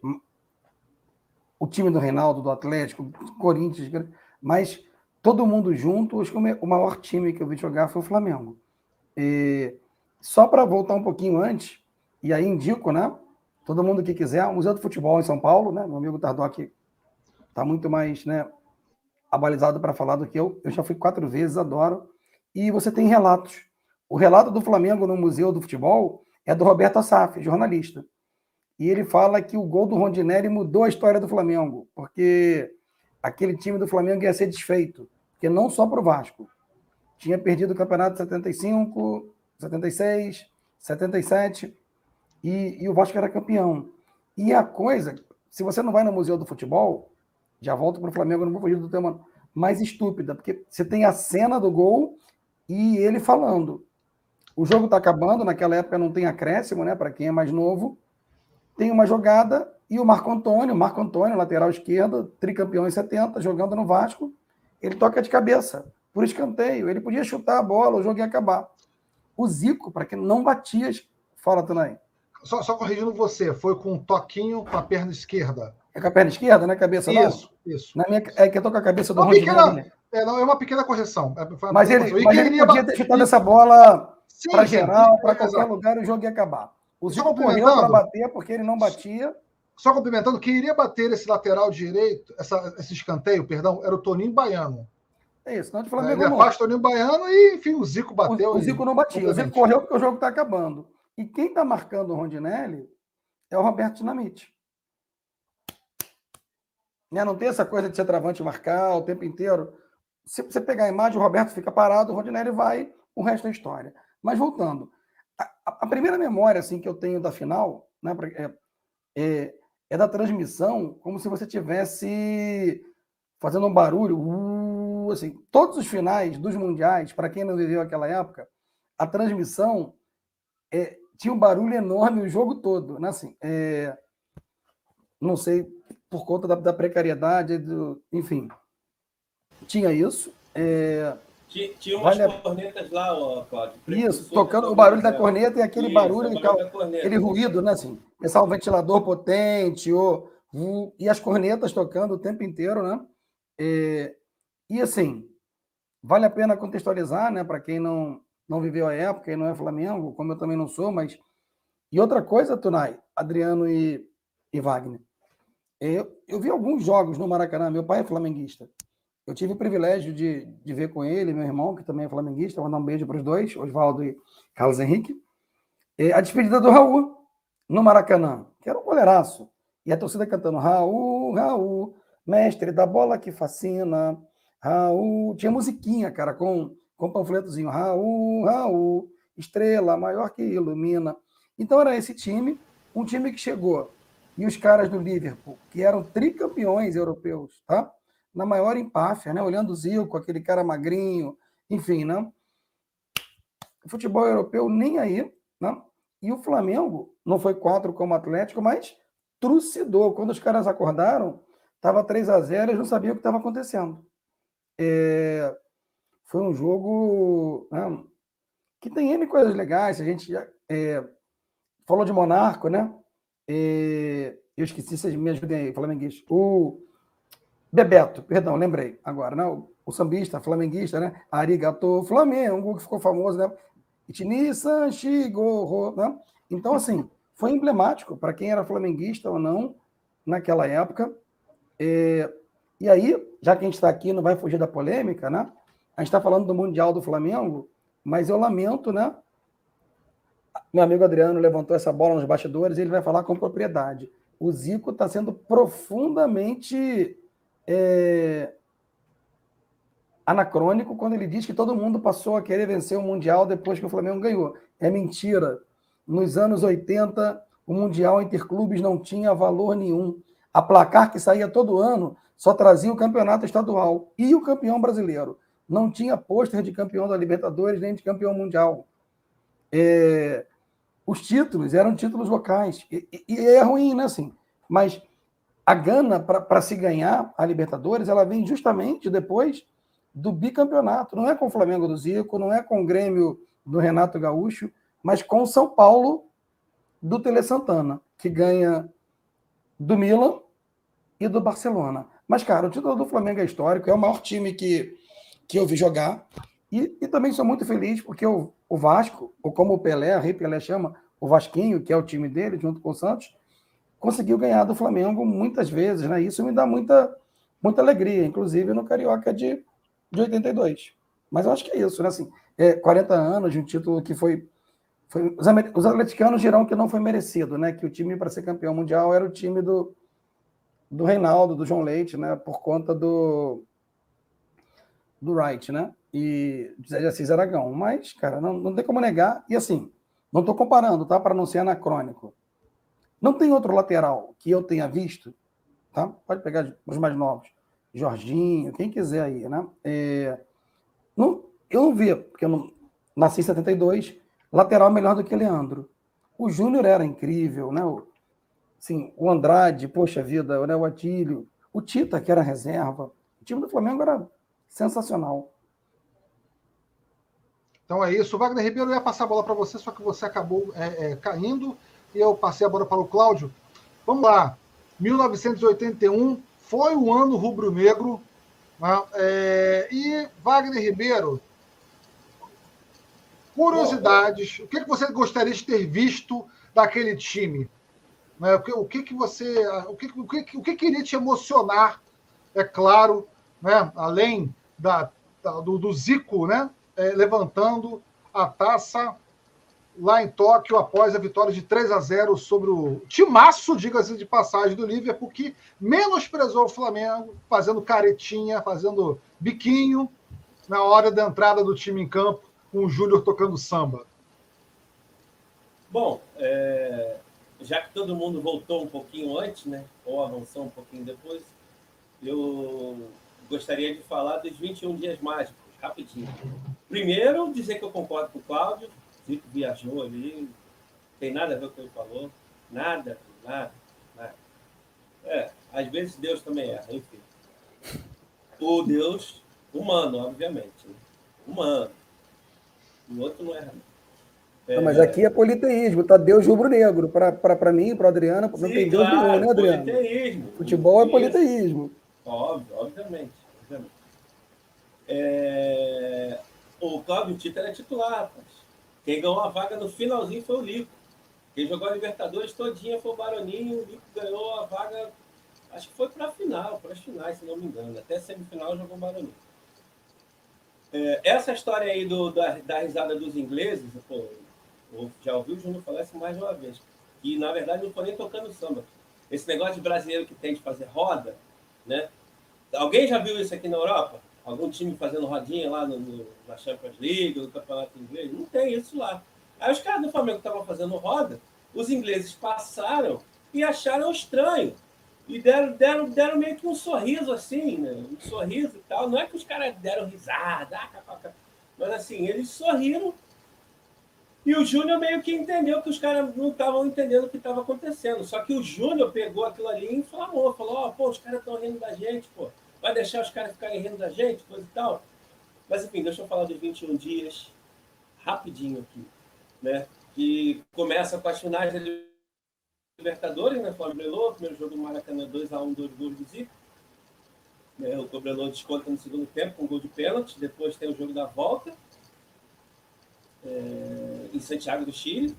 o time do Reinaldo, do Atlético, Corinthians, mas todo mundo junto, acho que o maior time que eu vi jogar foi o Flamengo. E só para voltar um pouquinho antes, e aí indico, né? Todo mundo que quiser, o Museu do Futebol em São Paulo, né? Meu amigo Tardoc está muito mais, né, abalizado para falar do que eu. Eu já fui quatro vezes, adoro. E você tem relatos. O relato do Flamengo no Museu do Futebol é do Roberto Assaf, jornalista. E ele fala que o gol do Rondinelli mudou a história do Flamengo, porque aquele time do Flamengo ia ser desfeito, porque não só para o Vasco. Tinha perdido o campeonato de setenta e cinco, setenta e seis, setenta e sete, e, e o Vasco era campeão. E a coisa, se você não vai no Museu do Futebol, já volto para o Flamengo, não vou fugir do tema, mais estúpida, porque você tem a cena do gol e ele falando. O jogo está acabando, naquela época não tem acréscimo, né, para quem é mais novo. Tem uma jogada e o Marco Antônio, Marco Antônio, lateral esquerdo, tricampeão em setenta, jogando no Vasco, ele toca de cabeça, por escanteio. Ele podia chutar a bola, o jogo ia acabar. O Zico, para quem não batia... Fala, Tunay. Só, só corrigindo você, foi com um toquinho com a perna esquerda. É com a perna esquerda, né? Cabeça não? Isso, isso. Na minha, é que eu tô com a cabeça do Uma Rondinelli. pequena, é, não, é uma pequena correção. É, uma mas pequena ele, correção. mas ele queria... podia ter chutado essa bola para geral, para qualquer exato. lugar, e o jogo ia acabar. O Só Zico correu para bater porque ele não batia. Só complementando, quem iria bater esse lateral direito, essa, esse escanteio, perdão, era o Toninho Baiano. É isso, não de Flamengo Ele não. afasta o Toninho Baiano e, enfim, o Zico bateu. O, o Zico não batia, o Zico correu porque o jogo está acabando. E quem está marcando o Rondinelli é o Roberto Dinamite. Né? Não tem essa coisa de ser travante e marcar o tempo inteiro. Se você pegar a imagem, o Roberto fica parado, o Rondinelli vai, o resto é história. Mas voltando, a, a primeira memória assim, que eu tenho da final, né, é, é, é da transmissão, como se você tivesse fazendo um barulho, uh, assim, todos os finais dos mundiais, para quem não viveu aquela época, a transmissão é, tinha um barulho enorme o jogo todo, né? Assim, é, não sei, por conta da, da precariedade, do, enfim, tinha isso. É, tinha, tinha umas vale cornetas lá, ó, Cláudio. Isso, tocando o barulho da corneta e aquele isso, barulho, barulho aquele, aquele ruído, né? Assim, pensar um ventilador potente, ou, e as cornetas tocando o tempo inteiro, né? É, e assim, vale a pena contextualizar, né? Para quem não, não viveu a época e não é Flamengo, como eu também não sou, mas. E outra coisa, Tunay, Adriano e, e Wagner. Eu, eu vi alguns jogos no Maracanã, meu pai é flamenguista. Eu tive o privilégio de, de ver com ele, meu irmão, que também é flamenguista, vou dar um beijo para os dois, Oswaldo e Carlos Henrique, é, a despedida do Raul no Maracanã, que era um goleiraço. E a torcida cantando Raul, Raul, mestre da bola que fascina, Raul. Tinha musiquinha, cara, com, com panfletozinho, Raul, Raul, estrela maior que ilumina. Então era esse time, um time que chegou. E os caras do Liverpool, que eram tricampeões europeus, tá? Na maior empáfia, né? Olhando o Zico, aquele cara magrinho, enfim, né? Futebol europeu nem aí, né? E o Flamengo não foi quatro como o Atlético, mas trucidou. Quando os caras acordaram, estava três a zero, eles não sabiam o que estava acontecendo. É... Foi um jogo, né? Que tem N coisas legais. A gente já é... falou de Monarco, né? É... Eu esqueci, vocês me ajudem aí, flamenguista. O Bebeto, perdão, lembrei agora, né? O, o sambista, flamenguista, né? Arigato Flamengo, que ficou famoso, né? Itini, Sanchi, Gorro, né? Então, assim, foi emblemático para quem era flamenguista ou não naquela época. É, e aí, já que a gente está aqui, não vai fugir da polêmica, né? A gente está falando do Mundial do Flamengo, mas eu lamento, né? Meu amigo Adriano levantou essa bola nos bastidores e ele vai falar com propriedade. O Zico está sendo profundamente é, anacrônico quando ele diz que todo mundo passou a querer vencer o Mundial depois que o Flamengo ganhou. É mentira. Nos anos oitenta, o Mundial Interclubes não tinha valor nenhum. A placar que saía todo ano só trazia o campeonato estadual e o campeão brasileiro. Não tinha pôster de campeão da Libertadores nem de campeão mundial. É, os títulos eram títulos locais. E, e, e é ruim, né? Assim, mas a gana para se ganhar a Libertadores, ela vem justamente depois do bicampeonato. Não é com o Flamengo do Zico, não é com o Grêmio do Renato Gaúcho, mas com o São Paulo do Tele Santana, que ganha do Milan e do Barcelona. Mas, cara, o título do Flamengo é histórico, é o maior time que, que eu vi jogar. E, e também sou muito feliz porque o, o Vasco, ou como o Pelé, a Rei Pelé chama, o Vasquinho, que é o time dele, junto com o Santos, conseguiu ganhar do Flamengo muitas vezes, né? Isso me dá muita, muita alegria, inclusive no Carioca de, de oitenta e dois. Mas eu acho que é isso, né? Assim, é, quarenta anos de um título que foi... foi os, os atleticanos dirão que não foi merecido, né? Que o time para ser campeão mundial era o time do, do Reinaldo, do João Leite, né? Por conta do, do Wright, né? E José de Assis Aragão. Mas, cara, não, não tem como negar. E assim, não estou comparando, tá? Para não ser anacrônico. Não tem outro lateral que eu tenha visto, tá? Pode pegar os mais novos. Jorginho, quem quiser aí, né? É, não, eu não vi, porque eu não, nasci em setenta e dois, lateral melhor do que Leandro. O Júnior era incrível, né? O, assim, o Andrade, poxa vida, né? O Atílio, o Tita, que era reserva. O time do Flamengo era sensacional. Então é isso. O Wagner Ribeiro, eu ia passar a bola para você, só que você acabou é, é, caindo e eu passei a bola para o Cláudio. Vamos lá. mil novecentos e oitenta e um foi o ano rubro-negro. Né? É, e Wagner Ribeiro, curiosidades. O que, que você gostaria de ter visto daquele time? Né? O, que, o que que você. O que, o, que, o que queria te emocionar, é claro, né? Além da, da, do, do Zico, né? É, levantando a taça lá em Tóquio após a vitória de três a zero sobre o timaço, diga-se de passagem, do Liverpool, que menosprezou o Flamengo, fazendo caretinha, fazendo biquinho na hora da entrada do time em campo, com o Júnior tocando samba. Bom, é, já que todo mundo voltou um pouquinho antes, né, ou avançou um pouquinho depois, eu gostaria de falar dos vinte e um dias mágicos, rapidinho. Primeiro, dizer que eu concordo com o Cláudio, Zico viajou ali, tem nada a ver com o que ele falou, nada, nada, nada. É, às vezes Deus também erra, enfim. O Deus humano, obviamente, né? Humano. O outro não erra, não. É, não, mas aqui é politeísmo, tá? Deus rubro-negro. Para mim, para Adriano, não tem Deus claro, nenhum, né, Adriano? Politeísmo. Futebol é Isso. politeísmo. Óbvio, obviamente. obviamente. É... O Cláudio Tito era titular, rapaz. Quem ganhou a vaga no finalzinho foi o Lico. Quem jogou a Libertadores todinha foi o Baroninho. O Lico ganhou a vaga, acho que foi para a final, para as finais, se não me engano. Até semifinal jogou o Baroninho. É, essa história aí do, da, da risada dos ingleses, pô, eu já ouvi o Júnior falar isso mais de uma vez. Que, na verdade, não foi nem tocando samba. Esse negócio de brasileiro que tem de fazer roda, né? Alguém já viu isso aqui na Europa? Algum time fazendo rodinha lá no, no, na Champions League, no Campeonato Inglês? Não tem isso lá. Aí os caras do Flamengo estavam fazendo roda, os ingleses passaram e acharam estranho. E deram, deram, deram meio que um sorriso assim, né? Um sorriso e tal. Não é que os caras deram risada, mas assim, eles sorriram. E o Júnior meio que entendeu que os caras não estavam entendendo o que estava acontecendo. Só que o Júnior pegou aquilo ali e inflamou. Falou, ó, oh, pô, os caras estão rindo da gente, pô. Vai deixar os caras ficarem rindo da gente, coisa e tal. Mas, enfim, deixa eu falar dos vinte e um dias rapidinho aqui, né? Que começa com as finais da Libertadores, né? Flamengo, primeiro jogo do Maracanã, dois a um, dois gols do Zico. Né? O Cobreloa desconta no segundo tempo com um gol de pênalti. Depois tem o jogo da volta. é, em Santiago do Chile,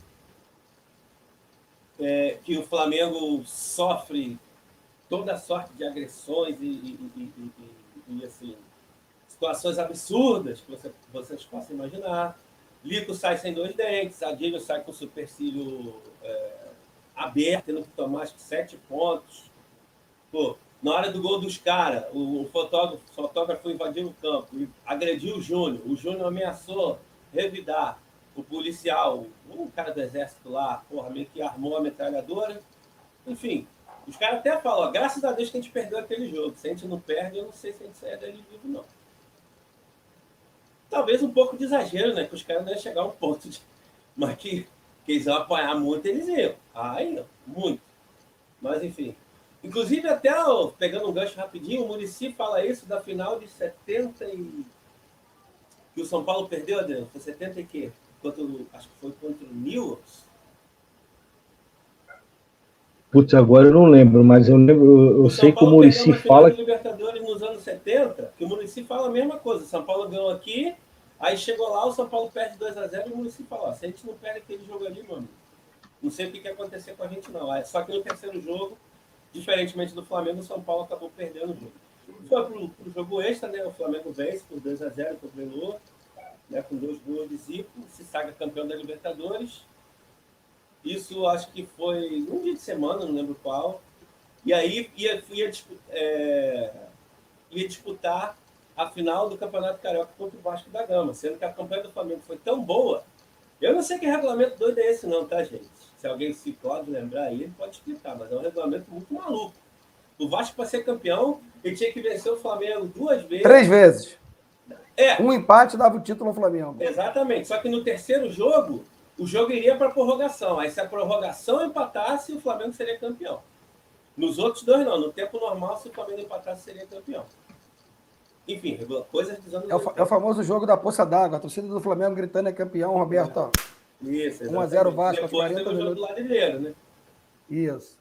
é, que o Flamengo sofre toda sorte de agressões e, e, e, e, e assim, situações absurdas que você, vocês possam imaginar. Lico sai sem dois dentes, Adílio sai com o supercílio é, aberto, tendo que tomar acho que sete pontos. Pô, na hora do gol dos caras, o, o fotógrafo, fotógrafo invadiu o campo, agrediu o Júnior, o Júnior ameaçou revidar o policial, um cara do exército lá, porra, meio que armou a metralhadora. Enfim, os caras até falam, ó, graças a Deus que a gente perdeu aquele jogo. Se a gente não perde, eu não sei se a gente sai dali vivo, não. Talvez um pouco de exagero, né? Que os caras não iam chegar a um ponto de... Mas que, que eles iam apanhar muito, eles iam. Aí, muito. Mas, enfim. Inclusive, até, ó, pegando um gancho rapidinho, o Muricy fala isso da final de setenta e... Que o São Paulo perdeu, Adriano? Foi setenta e quê? Contra o... Acho que foi contra o Newell's. Putz, agora eu não lembro, mas eu lembro, eu, eu sei que o Muricy fala... O Libertadores nos anos setenta, que o Muricy fala a mesma coisa. O São Paulo ganhou aqui, aí chegou lá, o São Paulo perde dois a zero e o Muricy fala, ó, se a gente não perde aquele jogo ali, mano, não sei o que, que ia acontecer com a gente, não. Só que no terceiro jogo, diferentemente do Flamengo, o São Paulo acabou perdendo o jogo. Foi pro, pro jogo extra, né? O Flamengo vence por dois a zero contra o Belo, né? Com dois gols de Zico, se saga campeão da Libertadores. Isso acho que foi um dia de semana, não lembro qual. E aí ia, ia, é, ia disputar a final do Campeonato Carioca contra o Vasco da Gama, sendo que a campanha do Flamengo foi tão boa. Eu não sei que regulamento doido é esse não, tá, gente? Se alguém se pode lembrar aí, ele pode explicar, mas é um regulamento muito maluco. O Vasco, para ser campeão, ele tinha que vencer o Flamengo duas vezes. Três vezes. É. Um empate dava o título ao Flamengo. Exatamente. Só que no terceiro jogo, o jogo iria para a prorrogação. Aí se a prorrogação empatasse, o Flamengo seria campeão. Nos outros dois, não. No tempo normal, se o Flamengo empatasse, seria campeão. Enfim, coisas dos anos é o, é o famoso jogo da poça d'água. A torcida do Flamengo gritando é campeão, Roberto. Ó. Isso, exatamente. um a zero Vasco aos Depois quarenta teve o jogo minutos. do Ladrilheiro, né? Isso.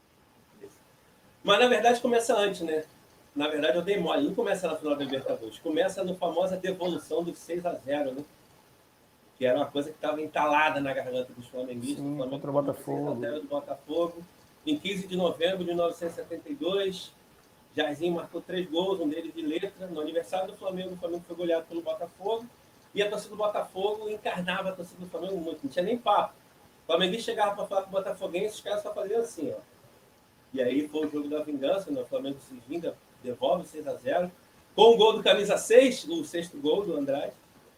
Mas, na verdade, começa antes, né? Na verdade, eu dei mole. Não começa na final da Libertadores. Começa na famosa devolução dos seis a zero, né? Que era uma coisa que estava entalada na garganta dos flamenguistas. Sim, o Flamengo contra o Botafogo. seis a zero do Botafogo. Em quinze de novembro de mil novecentos e setenta e dois, Jairzinho marcou três gols, um deles de letra. No aniversário do Flamengo, o Flamengo foi goleado pelo Botafogo. E a torcida do Botafogo encarnava a torcida do Flamengo muito. Não tinha nem papo. O flamenguista chegava para falar com o botafoguense, os caras só faziam assim, ó. E aí foi o jogo da vingança, né? O Flamengo se vinga, devolve seis a zero. Com o gol do camisa seis, o sexto gol do Andrade.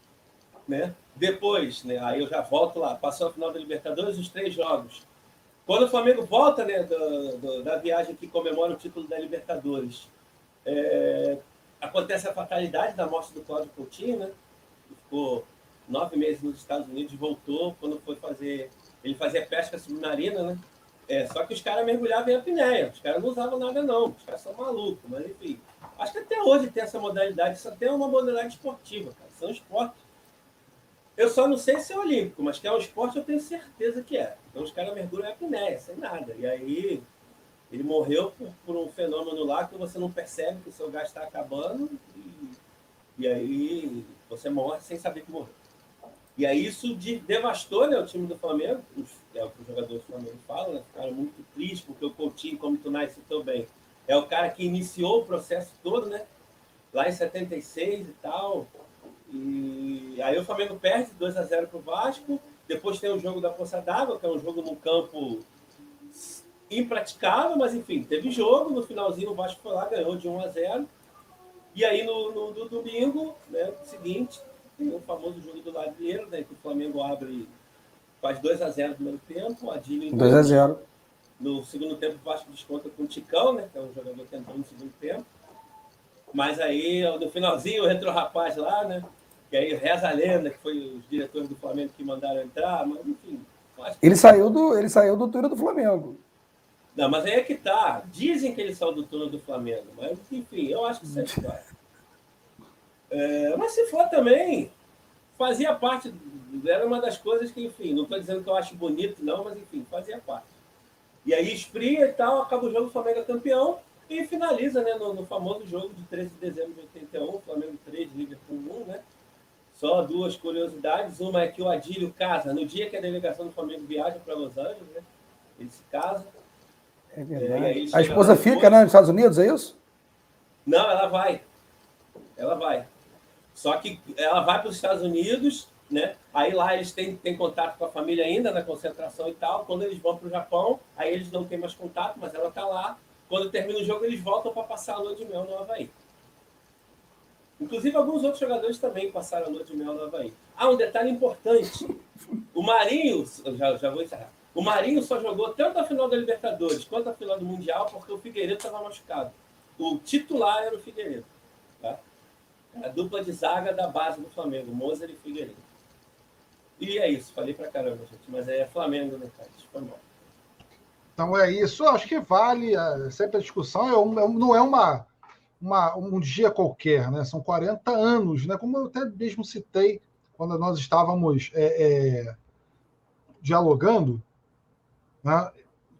Né? Depois, né? Aí eu já volto lá. Passou a final da Libertadores, os três jogos. Quando o Flamengo volta, né, do, do, da viagem que comemora o título da Libertadores, é, acontece a fatalidade da morte do Cláudio Coutinho, né? Ficou nove meses nos Estados Unidos, voltou quando foi fazer... Ele fazia pesca submarina, né? É, só que os caras mergulhavam em apneia. Os caras não usavam nada, não. Os caras são malucos, mas enfim. Acho que até hoje tem essa modalidade. Isso até é uma modalidade esportiva, cara. São esportes. Eu só não sei se é olímpico, mas que é um esporte eu tenho certeza que é. Então os caras mergulham em apneia, sem nada. E aí ele morreu por, por um fenômeno lá que você não percebe que o seu gás está acabando e, e aí você morre sem saber que morreu. E aí isso de, devastou, né, o time do Flamengo, os, é o que os jogadores do Flamengo falam, né, ficaram muito tristes, porque o Coutinho, como o Tunay citou bem, é o cara que iniciou o processo todo, né, lá em setenta e seis e tal. E aí o Flamengo perde dois a zero para o Vasco, depois tem o jogo da Poça d'Água, que é um jogo num campo impraticável, mas enfim, teve jogo, no finalzinho o Vasco foi lá, ganhou de um a zero. E aí no, no, no domingo, né, seguinte, tem o famoso jogo do Ladrilheiro, né, que o Flamengo abre, faz dois a zero no primeiro tempo, o Adílio dois a zero. No segundo tempo o Vasco desconta com o Ticão, né, que é um jogador que entrou no segundo tempo. Mas aí, no finalzinho, entra o rapaz lá, né, e aí reza a lenda, que foi os diretores do Flamengo que mandaram entrar, mas enfim. Ele saiu do, ele saiu do túnel do Flamengo. Não, mas aí é que tá. Dizem que ele saiu do túnel do Flamengo, mas enfim, eu acho que sempre vai. É, mas se for também, fazia parte, era uma das coisas que, enfim, não estou dizendo que eu acho bonito, não, mas enfim, fazia parte. E aí esfria e tal, acaba o jogo, o Flamengo é campeão e finaliza, né, no, no famoso jogo de treze de dezembro de oitenta e um, Flamengo três, Liverpool um, né? Só duas curiosidades. Uma é que o Adílio casa no dia que a delegação do Flamengo viaja para Los Angeles, né? Ele se casa. É verdade. É, a esposa fica, depois... né, nos Estados Unidos, é isso? Não, ela vai. Ela vai. Só que ela vai para os Estados Unidos, né? Aí lá eles têm, têm contato com a família ainda na concentração e tal. Quando eles vão para o Japão, aí eles não têm mais contato, mas ela está lá. Quando termina o jogo, eles voltam para passar a lua de mel no Havaí. Inclusive, alguns outros jogadores também passaram a lua de mel no Havaí. Ah, um detalhe importante. O Marinho, já, já vou encerrar. O Marinho só jogou tanto a final da Libertadores quanto a final do Mundial porque o Figueiredo estava machucado. O titular era o Figueiredo. Tá? A dupla de zaga da base do Flamengo, Moser e Figueiredo. E é isso, falei pra caramba, gente. Mas é Flamengo, né, cara? Foi mal. Então é isso. Eu acho que vale sempre a discussão. É um, não é uma, uma, um dia qualquer, né? São quarenta anos, né? Como eu até mesmo citei quando nós estávamos é, é, dialogando, né?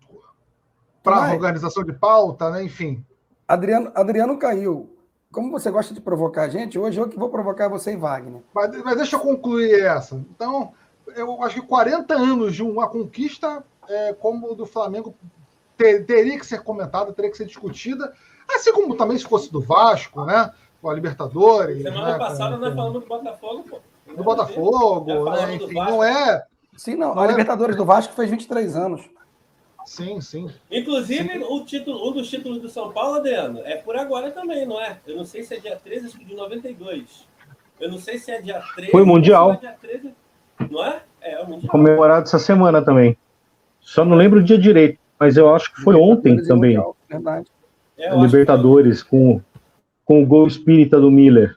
Para a organização de pauta, né? Enfim. Adriano, Adriano caiu. Como você gosta de provocar a gente, hoje eu que vou provocar você e Wagner. Mas, mas deixa eu concluir essa. Então, eu acho que quarenta anos de uma conquista é, como o do Flamengo ter, teria que ser comentada, teria que ser discutida, assim como também se fosse do Vasco, né? Com a Libertadores. Semana né? passada com, nós falamos do Botafogo, pô. Do Botafogo, né? Enfim, não é... Sim, não. não a é... Libertadores do Vasco fez vinte e três anos. Sim, sim. Inclusive, sim. O título, um dos títulos do São Paulo, Adriano, é por agora também, não é? Eu não sei se é dia treze, acho que de noventa e dois. Eu não sei se é dia treze. Foi o Mundial. É dia treze, não é? É, o Mundial. Comemorado essa semana também. Só não lembro o dia direito, mas eu acho que foi ontem também. Mundial, verdade. É, Libertadores, com, com o gol espírita do Miller.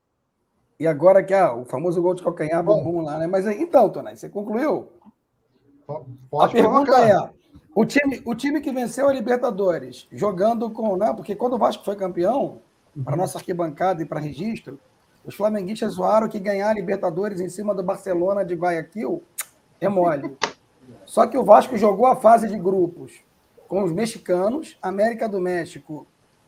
E agora que ah, o famoso gol de calcanhar, bumbum lá, né? Mas então, Tonai, você concluiu? Pode a pergunta colocar. é: o time, o time que venceu a Libertadores, jogando com. Né, porque quando o Vasco foi campeão, uhum. para nossa arquibancada e para registro, os flamenguistas zoaram que ganhar a Libertadores em cima do Barcelona de Guayaquil é mole. Só que o Vasco jogou a fase de grupos com os mexicanos, América do México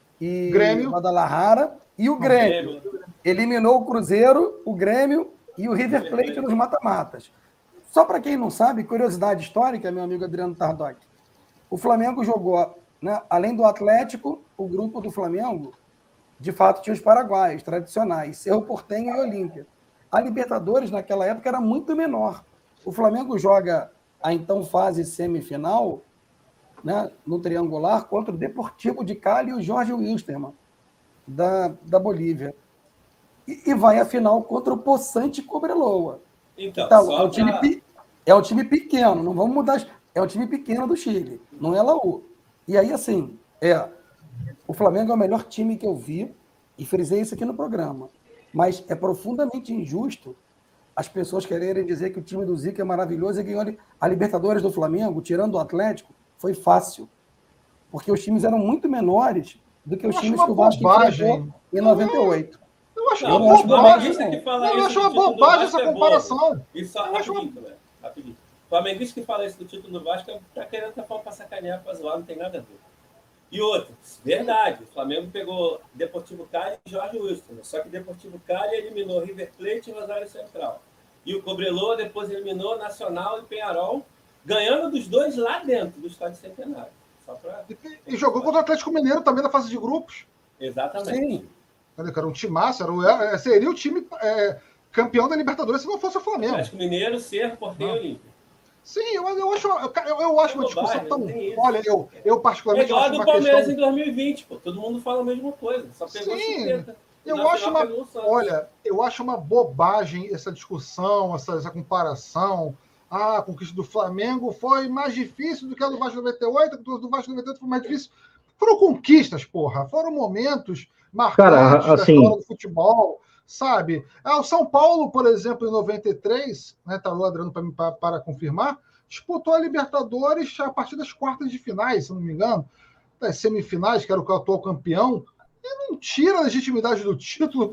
e Grêmio. Guadalajara, e o Grêmio. Eliminou o Cruzeiro, o Grêmio e o River Plate nos mata-matas. Só para quem não sabe, curiosidade histórica, meu amigo Adriano Tardoc, o Flamengo jogou, né, além do Atlético, o grupo do Flamengo, de fato, tinha os paraguaios tradicionais, Cerro Porteño e Olímpia. A Libertadores, naquela época, era muito menor. O Flamengo joga a então fase semifinal, né, no triangular, contra o Deportivo de Cali e o Jorge Wilstermann, da, da Bolívia. E, e vai à final contra o Poçante Cobreloa. Então, então é, um time, pra... é um time pequeno, não vamos mudar. É um time pequeno do Chile, não é Laú. E aí, assim, é, o Flamengo é o melhor time que eu vi, e frisei isso aqui no programa. Mas é profundamente injusto as pessoas quererem dizer que o time do Zico é maravilhoso e ganhou a Libertadores do Flamengo, tirando o Atlético, foi fácil. Porque os times eram muito menores do que os eu times que o Vasco enfrentou em noventa e oito. Eu acho não, uma bobagem. Que fala eu isso acho uma bobagem essa comparação. É isso, rapidinho, uma... né? Rapidinho. O flamenguista que fala isso do título do Vasco tá querendo tapar para sacanear, para zoar, não tem nada a ver. E outra, verdade, o Flamengo pegou Deportivo Cali e Jorge Wilson, só que Deportivo Cali eliminou River Plate e Rosário Central. E o Cobreloa depois eliminou Nacional e Peñarol, ganhando dos dois lá dentro do Estádio Centenário. Só pra... e, e jogou contra o Atlético Mineiro também na fase de grupos. Exatamente. Sim. Era um timaço, era o, seria o time é, campeão da Libertadores se não fosse o Flamengo. Atlético Mineiro, Cerro, Porteño e Olímpia. Sim, eu, eu acho, eu, eu acho é uma discussão bobagem, tão... Olha, eu, eu particularmente... É igual a do Palmeiras questão... em dois mil e vinte, pô. Todo mundo fala a mesma coisa. Só pegou Sim, eu acho uma... Olha, eu acho uma bobagem essa discussão, essa, essa comparação. Ah, a conquista do Flamengo foi mais difícil do que a do Vasco noventa e oito, a do Vasco noventa e oito foi mais difícil. Foram conquistas, porra. Foram momentos marcantes Cara, assim... da história do futebol, sabe? Ah, o São Paulo, por exemplo, em noventa e três, né, tá ladrando para, para, para confirmar, disputou a Libertadores a partir das quartas de finais, se não me engano, das semifinais, que era o atual campeão, e não tira a legitimidade do título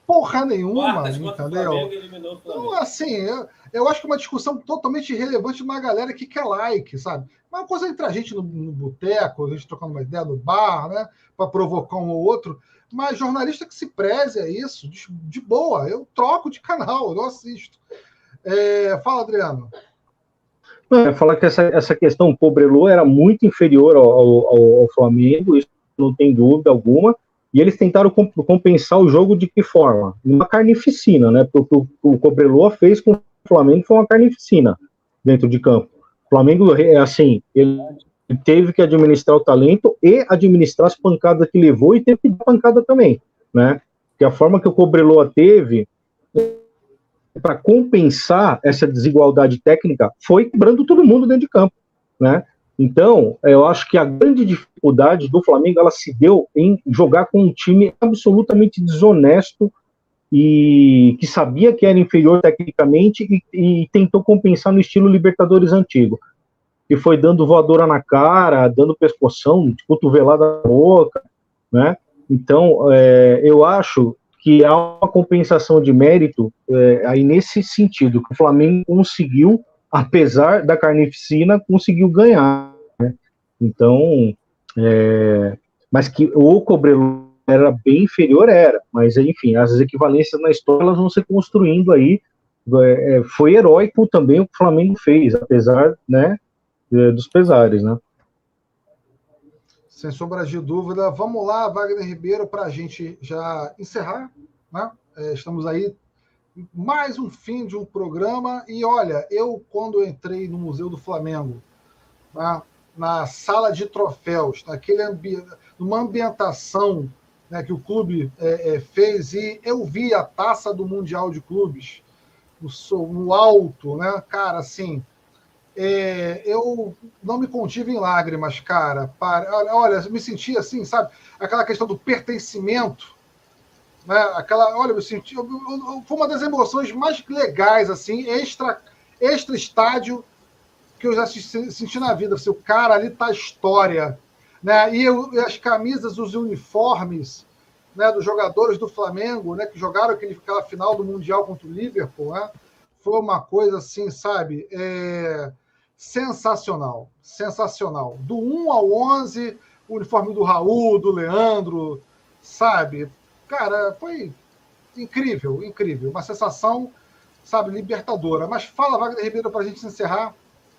porra nenhuma, Quartas contra o entendeu? Flamengo, eliminou o Flamengo. Então, assim, eu, eu acho que é uma discussão totalmente irrelevante de uma galera que quer like, sabe? Uma coisa entre a gente no, no boteco, a gente trocando uma ideia no bar, né? Para provocar um ou outro. Mas jornalista que se preze a isso, de, de boa. Eu troco de canal, eu não assisto. É, fala, Adriano. É, falar que essa, essa questão, o Cobreloa era muito inferior ao, ao, ao Flamengo, isso não tem dúvida alguma, e eles tentaram comp compensar o jogo de que forma? Uma carnificina, né? Porque o, o Cobreloa fez com o Flamengo foi uma carnificina dentro de campo. O Flamengo, assim, ele teve que administrar o talento e administrar as pancadas que levou e teve que dar pancada também, né? Que a forma que o Cobreloa teve para compensar essa desigualdade técnica foi quebrando todo mundo dentro de campo, né? Então, eu acho que a grande dificuldade do Flamengo, ela se deu em jogar com um time absolutamente desonesto e que sabia que era inferior tecnicamente e, e tentou compensar no estilo Libertadores antigo, que foi dando voadora na cara, dando pescoção, cotovelada na boca, né? Então, é, eu acho que há uma compensação de mérito é, aí nesse sentido, que o Flamengo conseguiu, apesar da carnificina, conseguiu ganhar, né? Então, é, mas que o Cobreloa era bem inferior, era, mas enfim, as equivalências na história elas vão se construindo aí, é, foi heróico também o que o Flamengo fez, apesar, né, dos pesares, né? Sem sombra de dúvida. Vamos lá, Wagner Ribeiro, para a gente já encerrar, né? É, estamos aí, mais um fim de um programa. E olha, eu, quando entrei no Museu do Flamengo, na, na sala de troféus, naquele ambi numa ambientação, né, que o clube é, é, fez, e eu vi a taça do Mundial de Clubes no, no alto, né? Cara, assim. É, eu não me contive em lágrimas, cara. Para, olha, eu me senti assim, sabe? Aquela questão do pertencimento, né? Aquela, olha, eu me senti. Eu, eu, foi uma das emoções mais legais, assim, extra, extra estádio que eu já senti na vida. O cara ali tá a história, né? E, eu, e as camisas, os uniformes, né, dos jogadores do Flamengo, né, que jogaram aquele, aquela final do Mundial contra o Liverpool, né? Foi uma coisa assim, sabe? É... sensacional, sensacional. Do um ao onze, o uniforme do Raul, do Leandro, sabe? Cara, foi incrível, incrível. Uma sensação, sabe, libertadora. Mas fala, Wagner Ribeiro, para a gente encerrar.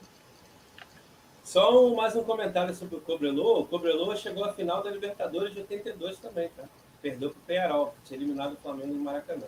Só um, mais um comentário sobre o Cobreloa. O Cobreloa chegou à final da Libertadores de oitenta e dois também, tá? Perdeu para o Peñarol, tinha eliminado o Flamengo no Maracanã.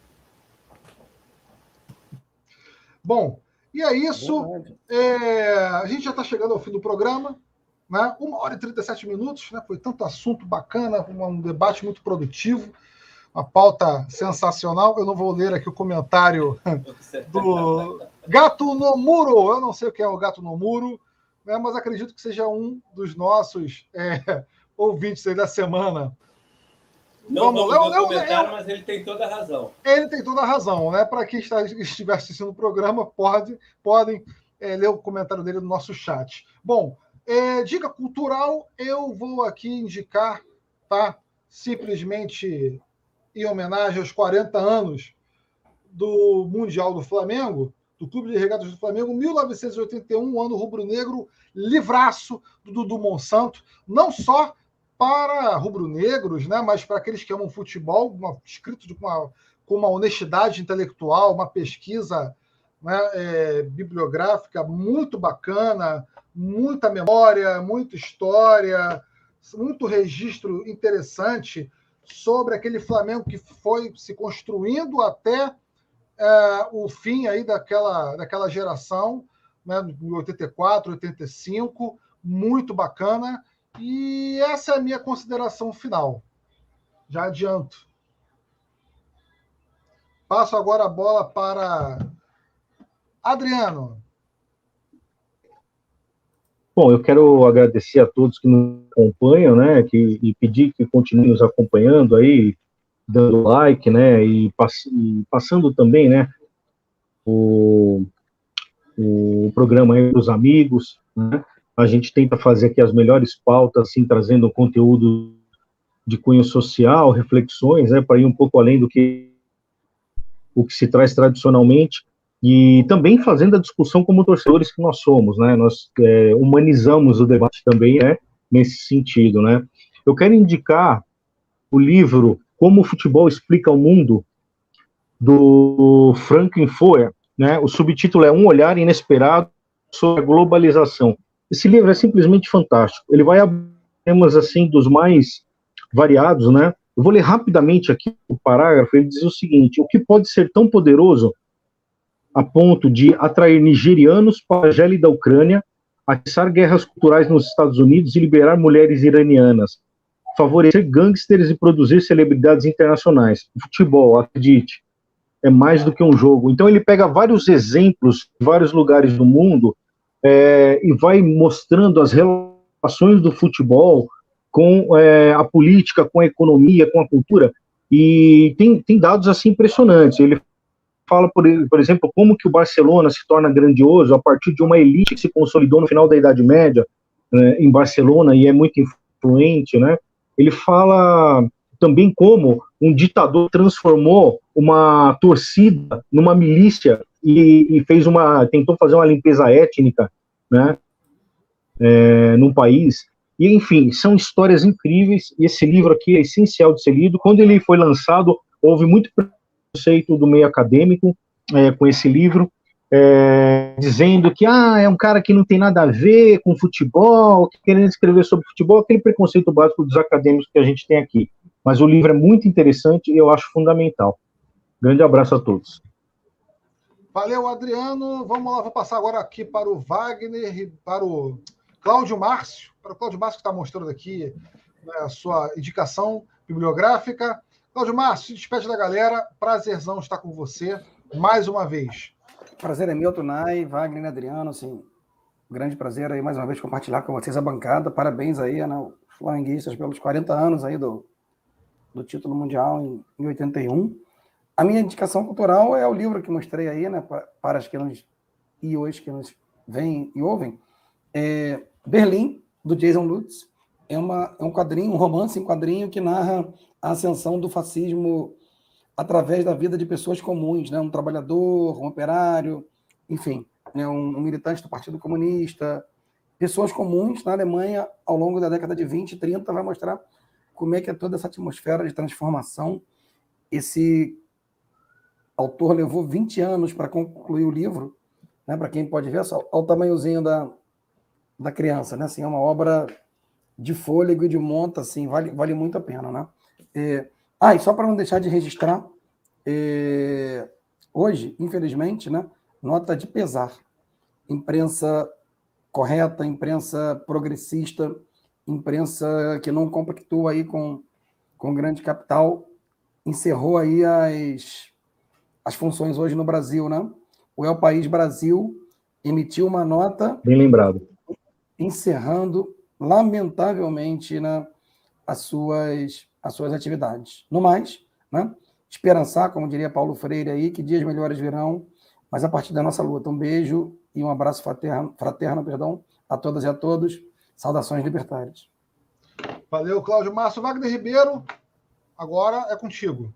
Bom, e é isso. É, a gente já está chegando ao fim do programa, né? Uma hora e trinta e sete minutos, né? Foi tanto assunto bacana, um debate muito produtivo, uma pauta sensacional. Eu não vou ler aqui o comentário do Gato no Muro. Eu não sei o que é o Gato no Muro, né? Mas acredito que seja um dos nossos é, ouvintes aí da semana. Não vamos ler o comentário, mas ele tem toda a razão. Ele tem toda a razão, né? Para quem está, estiver assistindo o programa, pode, podem é, ler o comentário dele no nosso chat. Bom, é, dica cultural, eu vou aqui indicar, tá? Simplesmente em homenagem aos quarenta anos do Mundial do Flamengo, do Clube de Regatas do Flamengo, mil novecentos e oitenta e um, ano rubro-negro, livraço do Dudu Monsanto, não só para rubro-negros, né, mas para aqueles que amam futebol, uma, escrito com uma, com uma honestidade intelectual, uma pesquisa, né, é, bibliográfica muito bacana, muita memória, muita história, muito registro interessante sobre aquele Flamengo que foi se construindo até é, o fim aí daquela, daquela geração, né, em oitenta e quatro, oitenta e cinco, muito bacana. E essa é a minha consideração final. Já adianto. Passo agora a bola para Adriano. Bom, eu quero agradecer a todos que nos acompanham, né, que, e pedir que continuem nos acompanhando aí, dando like, né, e, pass, e passando também, né, o, o programa aí para os amigos, né. A gente tenta fazer aqui as melhores pautas, assim, trazendo conteúdo de cunho social, reflexões, né, para ir um pouco além do que o que se traz tradicionalmente, e também fazendo a discussão como torcedores que nós somos, né? Nós é, humanizamos o debate também, né, nesse sentido, né? Eu quero indicar o livro Como o Futebol Explica o Mundo, do Franklin Foer, né? O subtítulo é Um Olhar Inesperado sobre a Globalização. Esse livro é simplesmente fantástico. Ele vai abrir temas assim dos mais variados, né? Eu vou ler rapidamente aqui o parágrafo. Ele diz o seguinte: o que pode ser tão poderoso a ponto de atrair nigerianos para a gélida Ucrânia, atiçar guerras culturais nos Estados Unidos e liberar mulheres iranianas, favorecer gangsters e produzir celebridades internacionais? O futebol, acredite, é mais do que um jogo. Então ele pega vários exemplos de vários lugares do mundo é, e vai mostrando as relações do futebol com é, a política, com a economia, com a cultura, e tem, tem dados assim impressionantes. Ele fala, por, por exemplo, como que o Barcelona se torna grandioso a partir de uma elite que se consolidou no final da Idade Média, né, em Barcelona, e é muito influente, né? Ele fala também como um ditador transformou uma torcida numa milícia e, e fez uma, tentou fazer uma limpeza étnica, né, é, num país. E, enfim, são histórias incríveis, e esse livro aqui é essencial de ser lido. Quando ele foi lançado, houve muito preconceito do meio acadêmico é, com esse livro, é, dizendo que ah, é um cara que não tem nada a ver com futebol, querendo escrever sobre futebol, aquele preconceito básico dos acadêmicos que a gente tem aqui. Mas o livro é muito interessante e eu acho fundamental. Grande abraço a todos. Valeu, Adriano. Vamos lá, vou passar agora aqui para o Wagner e para o Cláudio Márcio. Para o Cláudio Márcio, que está mostrando aqui, né, a sua indicação bibliográfica. Cláudio Márcio, se despede da galera. Prazerzão estar com você mais uma vez. Prazer é meu, Tunay, Wagner e Adriano. Assim, grande prazer aí mais uma vez compartilhar com vocês a bancada. Parabéns aí, né, os flamenguistas pelos quarenta anos aí do, do título mundial em, em oitenta e um. A minha indicação cultural é o livro que mostrei aí, né, para, para as que nos e hoje que nos veem e ouvem. É Berlim, do Jason Lutz. É, uma, é um quadrinho, um romance em quadrinho que narra a ascensão do fascismo através da vida de pessoas comuns, né? Um trabalhador, um operário, enfim, né? um, um militante do Partido Comunista. Pessoas comuns na Alemanha, ao longo da década de vinte e trinta, vai mostrar como é que é toda essa atmosfera de transformação. Esse autor levou vinte anos para concluir o livro, né? Para quem pode ver, só ao tamanhozinho da, da criança, né? Assim, é uma obra de fôlego e de monta, assim, vale, vale muito a pena, né? É, ah, e só para não deixar de registrar, é, hoje, infelizmente, né, nota de pesar. Imprensa correta, imprensa progressista, imprensa que não compactua aí com, com grande capital, encerrou aí as, as funções hoje no Brasil, né? O El País Brasil emitiu uma nota... Bem lembrado. Encerrando, lamentavelmente, né, as, suas, as suas atividades. No mais, né, esperançar, como diria Paulo Freire aí, que dias melhores virão, mas a partir da nossa luta. Um beijo e um abraço fraterno, fraterno perdão, a todas e a todos. Saudações libertárias. Valeu, Cláudio Márcio. Wagner Ribeiro, agora é contigo.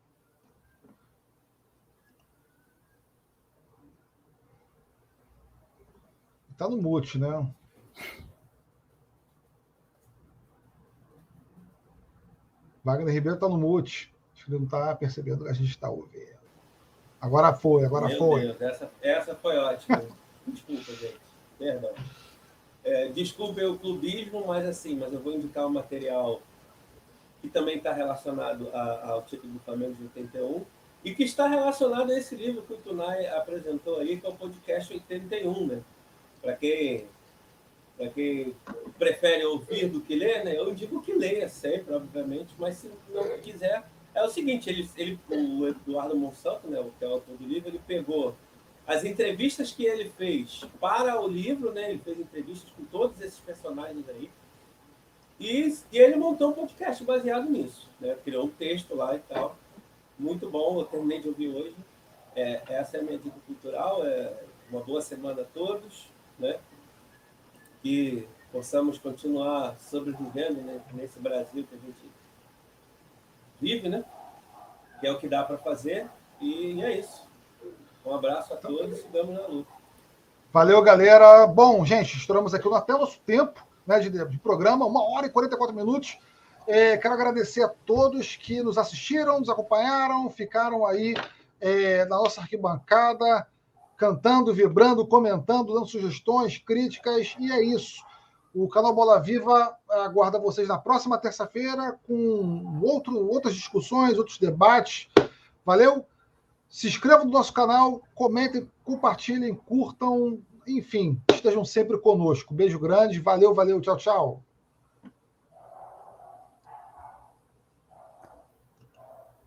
Está no mute, né? Wagner Ribeiro está no mute. Acho que ele não está percebendo o que a gente está ouvindo. Agora foi, agora Meu foi. Deus, essa, essa foi ótima. Desculpa, gente. Perdão. É, desculpem o clubismo, mas assim, mas eu vou indicar um material que também está relacionado a, ao título do Flamengo de oitenta e um e que está relacionado a esse livro que o Tunay apresentou aí, que é o podcast oitenta e um, né? Para quem, para quem prefere ouvir do que ler, né? Eu digo que leia sempre, obviamente, mas se não quiser, é o seguinte, ele, ele, o Eduardo Monsanto, né, que é o autor do livro, ele pegou as entrevistas que ele fez para o livro, né? Ele fez entrevistas com todos esses personagens aí, e, e ele montou um podcast baseado nisso, né? Criou um texto lá e tal, muito bom, eu terminei de ouvir hoje. É, essa é a minha dica cultural, é uma boa semana a todos, né? Que possamos continuar sobrevivendo, né, nesse Brasil que a gente vive, né? Que é o que dá para fazer. E é isso. Um abraço a todos e sigamos na luta. Valeu, galera. Bom, gente, estouramos aqui até o nosso tempo, né, de, de programa, uma hora e quarenta e quatro minutos. É, quero agradecer a todos que nos assistiram, nos acompanharam, ficaram aí é, na nossa arquibancada, cantando, vibrando, comentando, dando sugestões, críticas, e é isso. O canal Bola Viva aguarda vocês na próxima terça-feira com outro, outras discussões, outros debates. Valeu? Se inscrevam no nosso canal, comentem, compartilhem, curtam, enfim, estejam sempre conosco. Beijo grande, valeu, valeu, tchau, tchau.